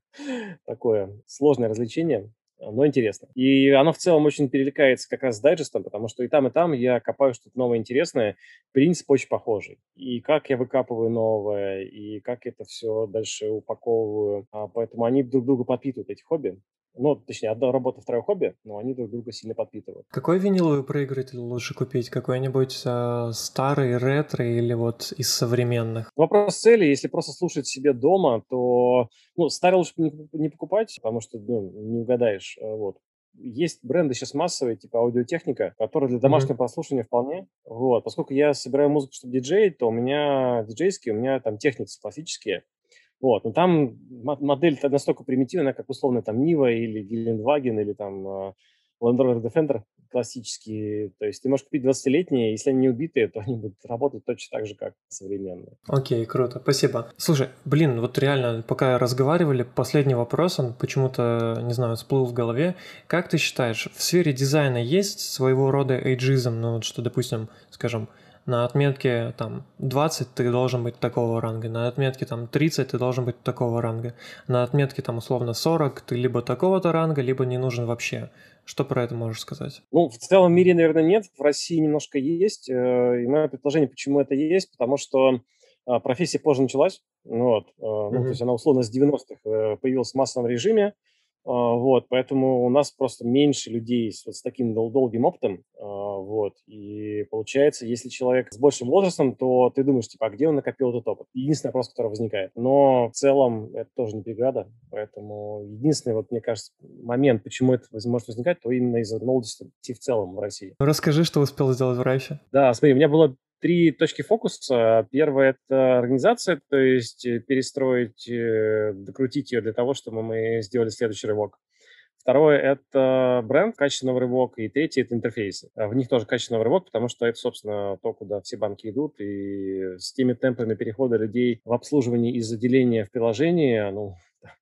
такое сложное развлечение, а, но интересно. И оно в целом очень перекликается как раз с дайджестом, потому что и там, и там я копаю что-то новое интересное. Принцип очень похожий. И как я выкапываю новое, и как это все дальше упаковываю. А, Поэтому они друг друга подпитывают, эти хобби. Ну, точнее, одна работа, второе хобби, но они друг друга сильно подпитывают. Какой виниловый проигрыватель лучше купить? Какой-нибудь а, старый, ретро или вот из современных? Вопрос цели, если просто слушать себе дома, то, ну, старый лучше не, покуп- не покупать, потому что, ну, не угадаешь, э, вот. Есть бренды сейчас массовые, типа аудиотехника, которые для Мгм. домашнего прослушивания вполне. Вот. Поскольку я собираю музыку, чтобы диджей, то у меня диджейские, у меня там техники классические. Вот. Но там мо- модель настолько примитивная, как условно там Нива или Гелендваген или там э, Land Rover Defender классические. То есть ты можешь купить двадцатилетние, если они не убитые, то они будут работать точно так же, как современные. Окей, круто, спасибо. Слушай, блин, вот реально, пока разговаривали, последний вопрос, он почему-то, не знаю, всплыл в голове. Как ты считаешь, в сфере дизайна есть своего рода эйджизм, ну вот что, допустим, скажем, на отметке там двадцать ты должен быть такого ранга, на отметке там тридцать ты должен быть такого ранга, на отметке там условно сорок ты либо такого-то ранга, либо не нужен вообще. Что про это можешь сказать? Ну, в целом мире, наверное, нет. В России немножко есть. э, И мое предположение, почему это есть, потому что а, профессия позже началась. Ну Вот. э, Ну, то Мгм. есть она условно с девяностых э, появилась в массовом режиме. а, Вот. Поэтому у нас просто меньше людей с, вот с таким дол- долгим опытом. а, Вот. И получается, если человек с большим возрастом, то ты думаешь, типа, а где он накопил этот опыт? Единственный вопрос, который возникает. Но в целом это тоже не преграда. Поэтому единственный, вот, мне кажется, момент, почему это воз- может возникать, то именно из-за молодости в целом в России. Ну, расскажи, что успел сделать в Райфе. Да, смотри, у меня было три точки фокуса. Первая– это организация, то есть э, перестроить, э, докрутить ее для того, чтобы мы сделали следующий рывок. Второе– это бренд, качественный рывок. И третье– это интерфейсы. А В них тоже качественный рывок, потому что это, собственно, то, куда все банки идут. И с теми темпами перехода людей в обслуживании из отделения в приложение, ну,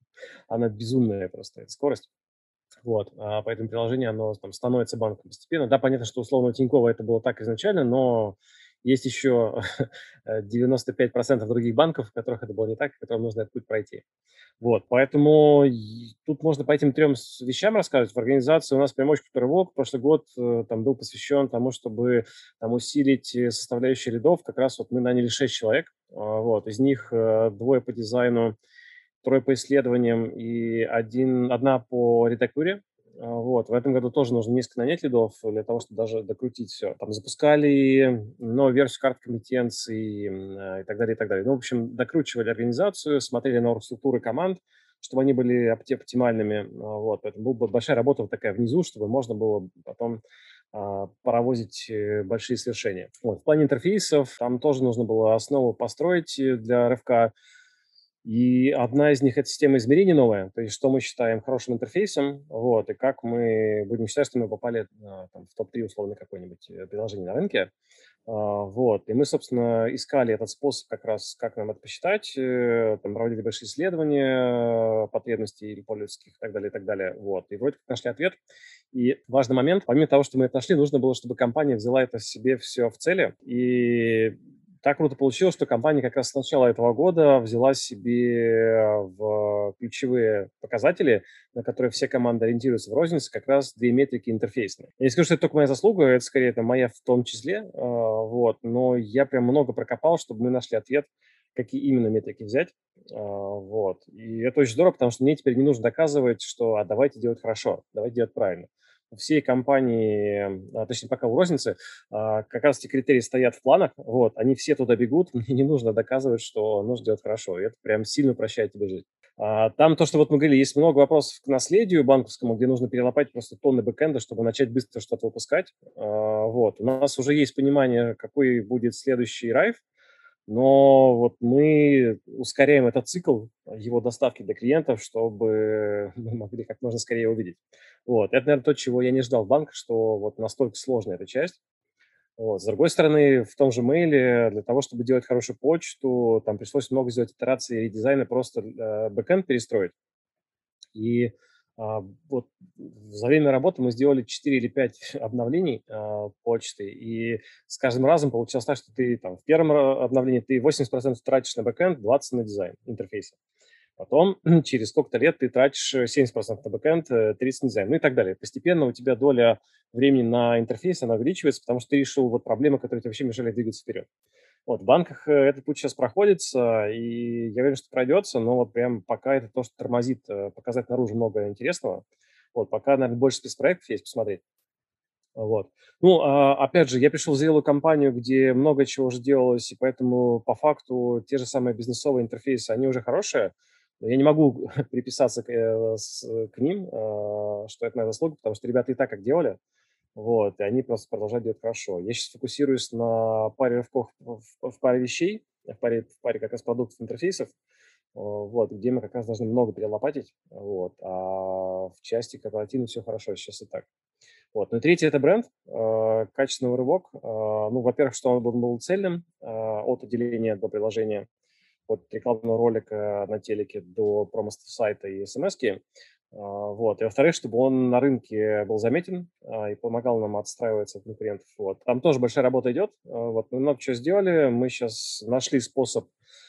она безумная просто, эта скорость. Вот, а, поэтому приложение, оно там становится банком постепенно. Да, понятно, что условно у Тинькова это было так изначально, но есть еще э, девяносто пять процентов других банков, в которых это было не так, и которым нужно этот путь пройти. Вот, поэтому и тут можно по этим трем с- вещам рассказывать. В организации у нас прям очень крутой рывок. Прошлый год э, там был посвящен тому, чтобы там усилить э, составляющие рядов. Как раз вот мы наняли шесть человек. А, Вот, из них э, двое по дизайну, трое по исследованиям и один, одна по редактуре. А, Вот. В этом году тоже нужно несколько нанять лидов для того, чтобы даже докрутить все. Там запускали новую версию карт компетенций м, а, и так далее, и так далее. Ну, в общем, докручивали организацию, смотрели на структуры команд, чтобы они были опти- оптимальными. А, Вот. Поэтому была большая работа вот такая внизу, чтобы можно было потом а, паровозить э, большие свершения. Вот. В плане интерфейсов там тоже нужно было основу построить э, для рывка. И одна из них– это система измерений новая, то есть что мы считаем хорошим интерфейсом, вот, и как мы будем считать, что мы попали а, там, в топ три условно какое-нибудь э, приложение на рынке. А, Вот, и мы, собственно, искали этот способ как раз, как нам это посчитать, э, там, проводили большие исследования э, потребностей пользовательских и так далее, и так далее, вот, и вроде как нашли ответ. И важный момент, помимо того, что мы это нашли, нужно было, чтобы компания взяла это себе все в цели. И так круто получилось, что компания как раз с начала этого года взяла себе в ключевые показатели, на которые все команды ориентируются в рознице, как раз две метрики интерфейсные. Я не скажу, что это только моя заслуга, это скорее это моя в том числе, а, вот, но я прям много прокопал, чтобы мы нашли ответ, какие именно метрики взять. А, Вот. И это очень здорово, потому что мне теперь не нужно доказывать, что а давайте делать хорошо, давайте делать правильно. У всей компании, а, точнее, пока у розницы, а, как раз эти критерии стоят в планах, вот, они все туда бегут, мне не нужно доказывать, что нужно делать хорошо, и это прям сильно упрощает тебе жизнь. А, там то, что вот мы говорили, есть много вопросов к наследию банковскому, где нужно перелопатить просто тонны бэкэнда, чтобы начать быстро что-то выпускать. А, вот. У нас уже есть понимание, какой будет следующий райв, но вот мы ускоряем этот цикл его доставки до клиентов, чтобы мы могли как можно скорее увидеть. Вот. Это, наверное, то, чего я не ждал в банках, что вот настолько сложная эта часть. Вот. С другой стороны, в том же мейле для того, чтобы делать хорошую почту, там пришлось много сделать итераций и редизайна, просто э, бэкэнд перестроить. И а, вот за время работы мы сделали четыре или пять обновлений а, почты, и с каждым разом получилось так, что ты там в первом ра- обновлении ты восемьдесят процентов тратишь на бэкэнд, двадцать на дизайн интерфейса. Потом через сколько-то лет ты тратишь э, семьдесят процентов на бэкэнд, э, тридцать на дизайн, ну и так далее. Постепенно у тебя доля времени на интерфейс, она увеличивается, потому что ты решил вот проблемы, которые тебе вообще мешали двигаться вперед. Вот, в банках э, этот путь сейчас проходится, и я уверен, что пройдется, но вот прям пока это то, что тормозит э, показать наружу много интересного. Вот, пока, наверное, больше спецпроектов есть посмотреть. Вот. Ну, а, опять же, я пришел в зрелую компанию, где много чего уже делалось, и поэтому по факту те же самые бизнесовые интерфейсы, они уже хорошие. Но я не могу приписаться к, э, с- к ним, а, что это моя заслуга, потому что ребята и так как делали. Вот, и они просто продолжают делать хорошо. Я сейчас фокусируюсь на паре рывков в, в- в паре вещей, в паре, в паре как раз продуктов интерфейсов, э, вот, где мы как раз должны много перелопатить, вот, а в части корпоративной все хорошо сейчас и так. Вот. Ну и третий – это бренд, э, качественный рывок. Э, ну, во-первых, что он был, был цельным, э, от отделения до приложения, от рекламного ролика на телеке до промо-сайта и смс-ки. А, Вот. И во-вторых, чтобы он на рынке был заметен а, и помогал нам отстраиваться от конкурентов. Вот. Там тоже большая работа идет. А, Вот. Мы много чего сделали. Мы сейчас нашли способ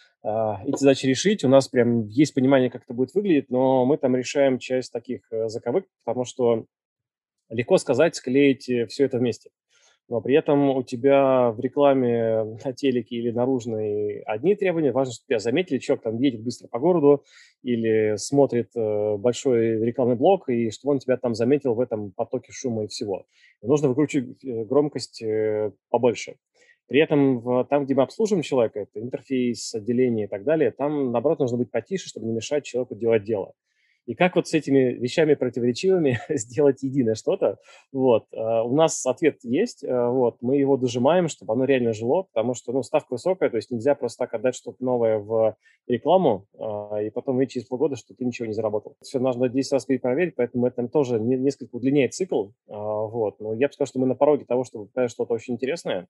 а, эти задачи решить. У нас прям есть понимание, как это будет выглядеть, но мы там решаем часть таких э, заковык, потому что легко сказать, склеить все это вместе. Но при этом у тебя в рекламе на телеке или наружной одни требования. Важно, чтобы тебя заметили, человек там едет быстро по городу или смотрит э, большой рекламный блок, и чтобы он тебя там заметил в этом потоке шума и всего. И нужно выкручивать э, громкость э, побольше. При этом в, там, где мы обслуживаем человека, это интерфейс, отделение и так далее, там, наоборот, нужно быть потише, чтобы не мешать человеку делать дело. И как вот с этими вещами противоречивыми сделать единое что-то, вот, а, у нас ответ есть, а, вот, мы его дожимаем, чтобы оно реально жило, потому что, ну, ставка высокая, то есть нельзя просто так отдать что-то новое в рекламу, а, и потом видеть через полгода, что ты ничего не заработал. Все нужно десять раз перепроверить, поэтому это тоже не- несколько удлиняет цикл, а, вот, но я бы сказал, что мы на пороге того, чтобы показать что-то очень интересное,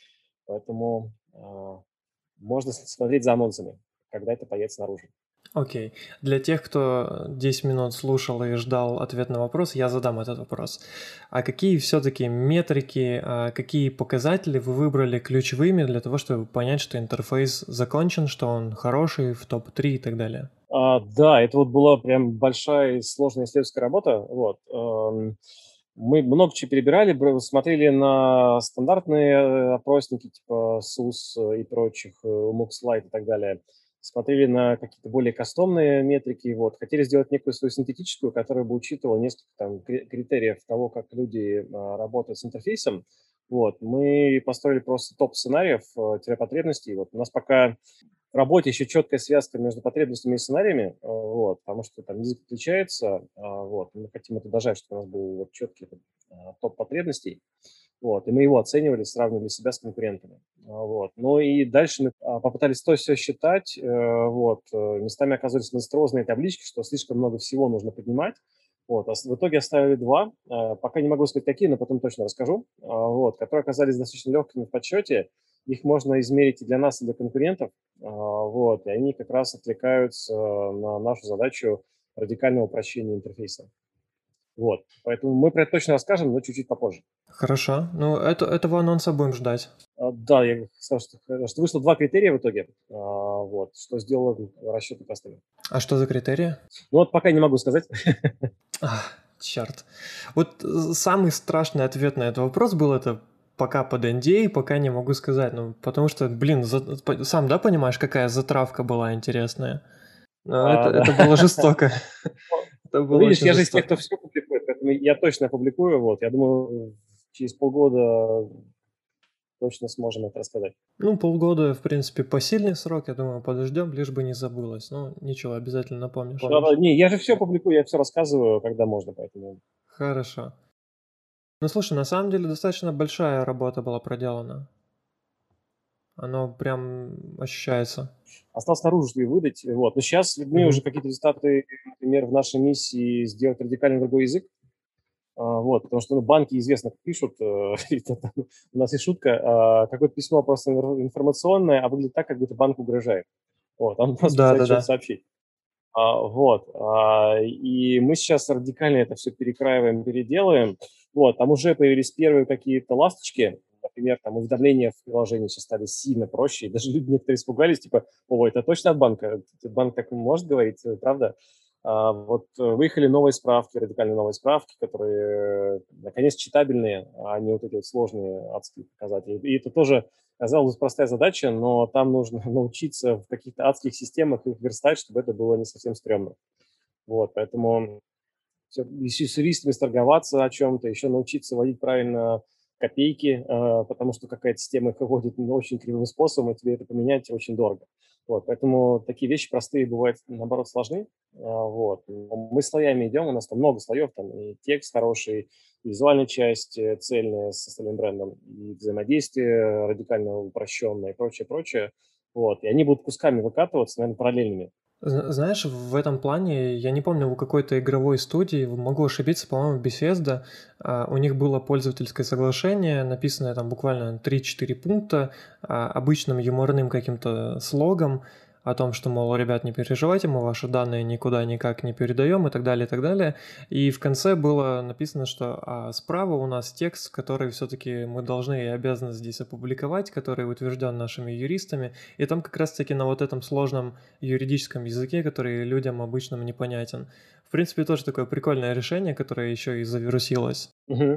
поэтому а, можно с- смотреть за анонсами, когда это появится наружу. Окей. Для тех, кто десять минут слушал и ждал ответ на вопрос, я задам этот вопрос. А какие все-таки метрики, а, какие показатели вы выбрали ключевыми для того, чтобы понять, что интерфейс закончен, что он хороший, в топ три и так далее? А, да, это вот была прям большая и сложная исследовательская работа. Вот. ам, Мы много чего перебирали, бро- смотрели на стандартные э, опросники типа сус э, и прочих, э, MOOC-слайд и так далее. Смотрели на какие-то более кастомные метрики. Вот. Хотели сделать некую свою синтетическую, которая бы учитывала несколько там кри- критериев того, как люди а, работают с интерфейсом. Вот. Мы построили просто топ сценариев, э, тире потребностей. Вот. У нас пока в работе еще четкая связка между потребностями и сценариями, а, вот, потому что там язык отличается, а, вот, мы хотим это дожать, чтобы у нас был вот четкий а, топ потребностей, вот, и мы его оценивали, сравнивали себя с конкурентами, а, вот. Ну и дальше мы а, попытались то все считать, э, вот, э, местами оказались монструозные таблички, что слишком много всего нужно поднимать, вот, а с- в итоге оставили два, а, пока не могу сказать какие, но потом точно расскажу, а, вот, которые оказались достаточно легкими в подсчете, их можно измерить и для нас, и для конкурентов, а, вот, и они как раз отвлекаются на нашу задачу радикального упрощения интерфейса. Вот. Поэтому мы про это точно расскажем, но чуть-чуть попозже. Хорошо. Ну, это, этого анонса будем ждать. А, Да, я сказал, что, э, что вышло два критерия в итоге, а, вот, что сделало расчеты простыми. А что за критерии? Ну вот пока не могу сказать. Ах, черт. Вот э, самый страшный ответ на этот вопрос был это пока под эн ди эй, пока не могу сказать. Ну, потому что, блин, за- по- сам, да, понимаешь, какая затравка была интересная? Ну, это, А, да. это было жестоко. Это Ну, было видишь, очень я же из тех, жестоко. кто все публикует, поэтому я точно опубликую. Вот. Я думаю, через полгода точно сможем это рассказать. Ну, полгода, в принципе, посильный срок, я думаю, подождем, лишь бы не забылось. Ну, ничего, обязательно напомнишь. Да, да, не, я же все публикую, я все рассказываю, когда можно, поэтому. Хорошо. Ну, слушай, на самом деле достаточно большая работа была проделана. Оно прям ощущается. Осталось наружу что и выдать. Вот. Но сейчас видны Мгм. уже какие-то результаты, например, в нашей миссии сделать радикально другой язык. А, вот, потому что ну, банки известно как пишут, э, это там, у нас есть шутка, а, какое-то письмо просто инфор- информационное, а выглядит так, как будто банк угрожает. Вот, он просто пытается Да-да-да. что-то сообщить. А, вот, а, и мы сейчас радикально это все перекраиваем, переделаем. Вот, там уже появились первые какие-то ласточки, например, там уведомления в приложении сейчас стали сильно проще, и даже люди некоторые испугались, типа, о, это точно от банка? Этот банк так может говорить, э, правда? А, вот э, выехали новые справки, радикально новые справки, которые, э, наконец, читабельные, а не вот эти вот сложные адские показатели. И это тоже, казалось, простая задача, но там нужно научиться в каких-то адских системах их верстать, чтобы это было не совсем стрёмно. Вот, поэтому всё, еще с юристами сторговаться о чем-то, еще научиться вводить правильно копейки, э, потому что какая-то система их выводит ну, очень кривым способом, и тебе это поменять очень дорого. Вот, поэтому такие вещи простые бывают, наоборот, сложны. А, вот. Но мы слоями идем, у нас там много слоев, там и текст хороший, и визуальная часть э, цельная с остальным брендом, и взаимодействие радикально упрощенное и прочее, прочее. Вот. И они будут кусками выкатываться, наверное, параллельными. Зна знаешь, в этом плане, я не помню, у какой-то игровой студии, могу ошибиться, по-моему, Bethesda, а, у них было пользовательское соглашение, написанное там буквально три-четыре пункта, а, обычным юморным каким-то слогом о том, что, мол, ребят, не переживайте, мы ваши данные никуда никак не передаем и так далее, и так далее. И в конце было написано, что а справа у нас текст, который все-таки мы должны и обязаны здесь опубликовать, который утвержден нашими юристами. И там как раз-таки на вот этом сложном юридическом языке, который людям обычным непонятен. В принципе, тоже такое прикольное решение, которое еще и завирусилось. Мгм.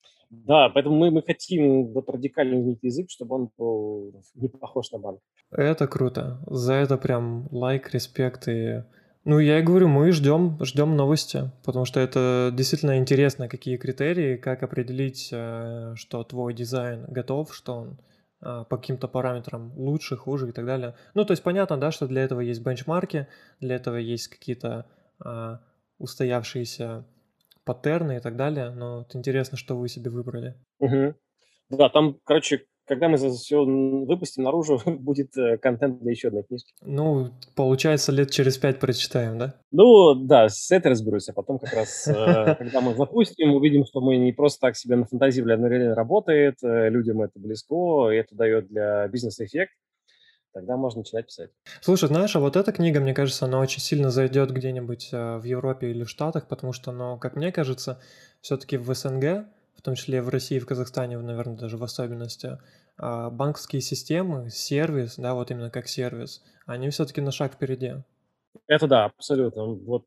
Да, поэтому мы, мы хотим вот радикально изменить язык, чтобы он был не похож на банк. Это круто. За это прям лайк, респект и... Ну, я и говорю, мы ждем, ждем новости, потому что это действительно интересно, какие критерии, как определить, э, что твой дизайн готов, что он а, по каким-то параметрам лучше, хуже и так далее. Ну, то есть понятно, да, что для этого есть бенчмарки, для этого есть какие-то а, устоявшиеся паттерны и так далее, но вот интересно, что вы себе выбрали. Мгм. Да, там, короче, когда мы все выпустим наружу, будет э, контент для еще одной книжки. Ну, получается, лет через пять прочитаем, да? Ну, да, с этой разберусь, а потом как раз, э, когда мы запустим, увидим, что мы не просто так себе нафантазировали, оно реально работает, э, людям это близко, и это дает для бизнеса эффект, тогда можно начинать писать. Слушай, знаешь, а вот эта книга, мне кажется, она очень сильно зайдет где-нибудь э, в Европе или в Штатах, потому что, ну, как мне кажется, все-таки в эс эн гэ, в том числе в России, в Казахстане, наверное, даже в особенности, а, банковские системы, сервис, да, вот именно как сервис, они все-таки на шаг впереди. Это да, абсолютно. Вот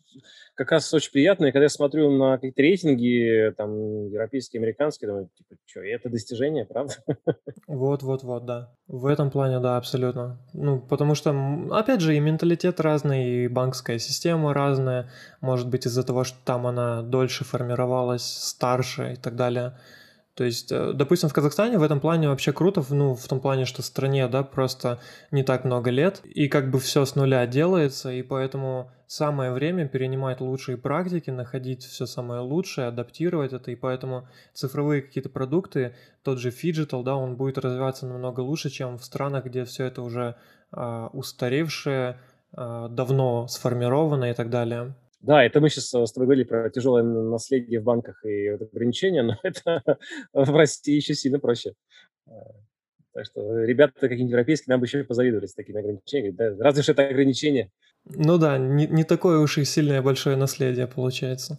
как раз очень приятно, и когда я смотрю на какие-то рейтинги, там, европейские, американские, думаю, типа, что, это достижение, правда? Вот, вот, вот, да. В этом плане, да, абсолютно. Ну, потому что, м, опять же, и менталитет разный, и банковская система разная. Может быть, из-за того, что там она дольше формировалась, старше и так далее. То есть, э, допустим, в Казахстане в этом плане вообще круто, в- ну, в том плане, что стране, да, просто не так много лет, и как бы все с нуля делается, и поэтому самое время перенимать лучшие практики, находить все самое лучшее, адаптировать это, и поэтому цифровые какие-то продукты, тот же Fidgetal, да, он будет развиваться намного лучше, чем в странах, где все это уже а, устаревшее, а, давно сформировано и так далее. Да, это мы сейчас с тобой говорили про тяжелое н- наследие в банках и вот ограничения, но это в России еще сильно проще. А, Так что ребята какие-нибудь европейские нам бы еще позавидовали с такими ограничениями. Да, разве что это ограничение. Ну да, не, не такое уж и сильное большое наследие получается.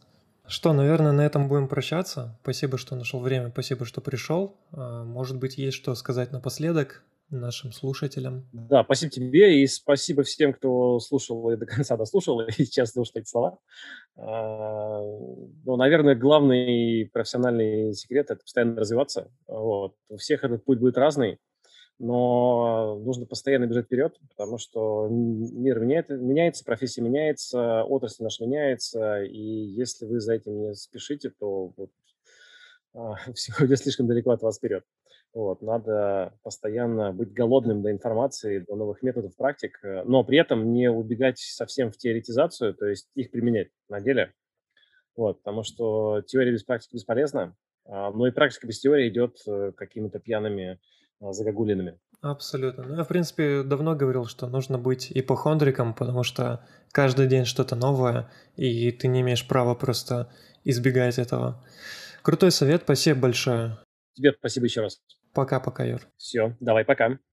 Что, наверное, на этом будем прощаться. Спасибо, что нашел время, спасибо, что пришел. А, Может быть, есть что сказать напоследок нашим слушателям. Да, спасибо тебе и спасибо всем, кто слушал и до конца дослушал, и сейчас слушает эти слова. А, Ну, наверное, главный профессиональный секрет– это постоянно развиваться. Вот. У всех этот путь будет разный, но нужно постоянно бежать вперед, потому что м, мир меняет- меняется, профессия меняется, отрасль наша меняется, и если вы за этим не спешите, то вот, все уйдет слишком далеко от вас вперед. Вот, надо постоянно быть голодным до информации, до новых методов, практик, э, но при этом не убегать совсем в теоретизацию, то есть их применять на деле. Вот, потому что теория без практики бесполезна, а, но и практика без теории идет э, какими-то пьяными а, загогулинами. Абсолютно. Ну, я, в принципе, давно говорил, что нужно быть ипохондриком, потому что каждый день что-то новое, и ты не имеешь права просто избегать этого. Крутой совет, спасибо большое. Тебе спасибо еще раз. Пока-пока, Юр. Все, давай, пока.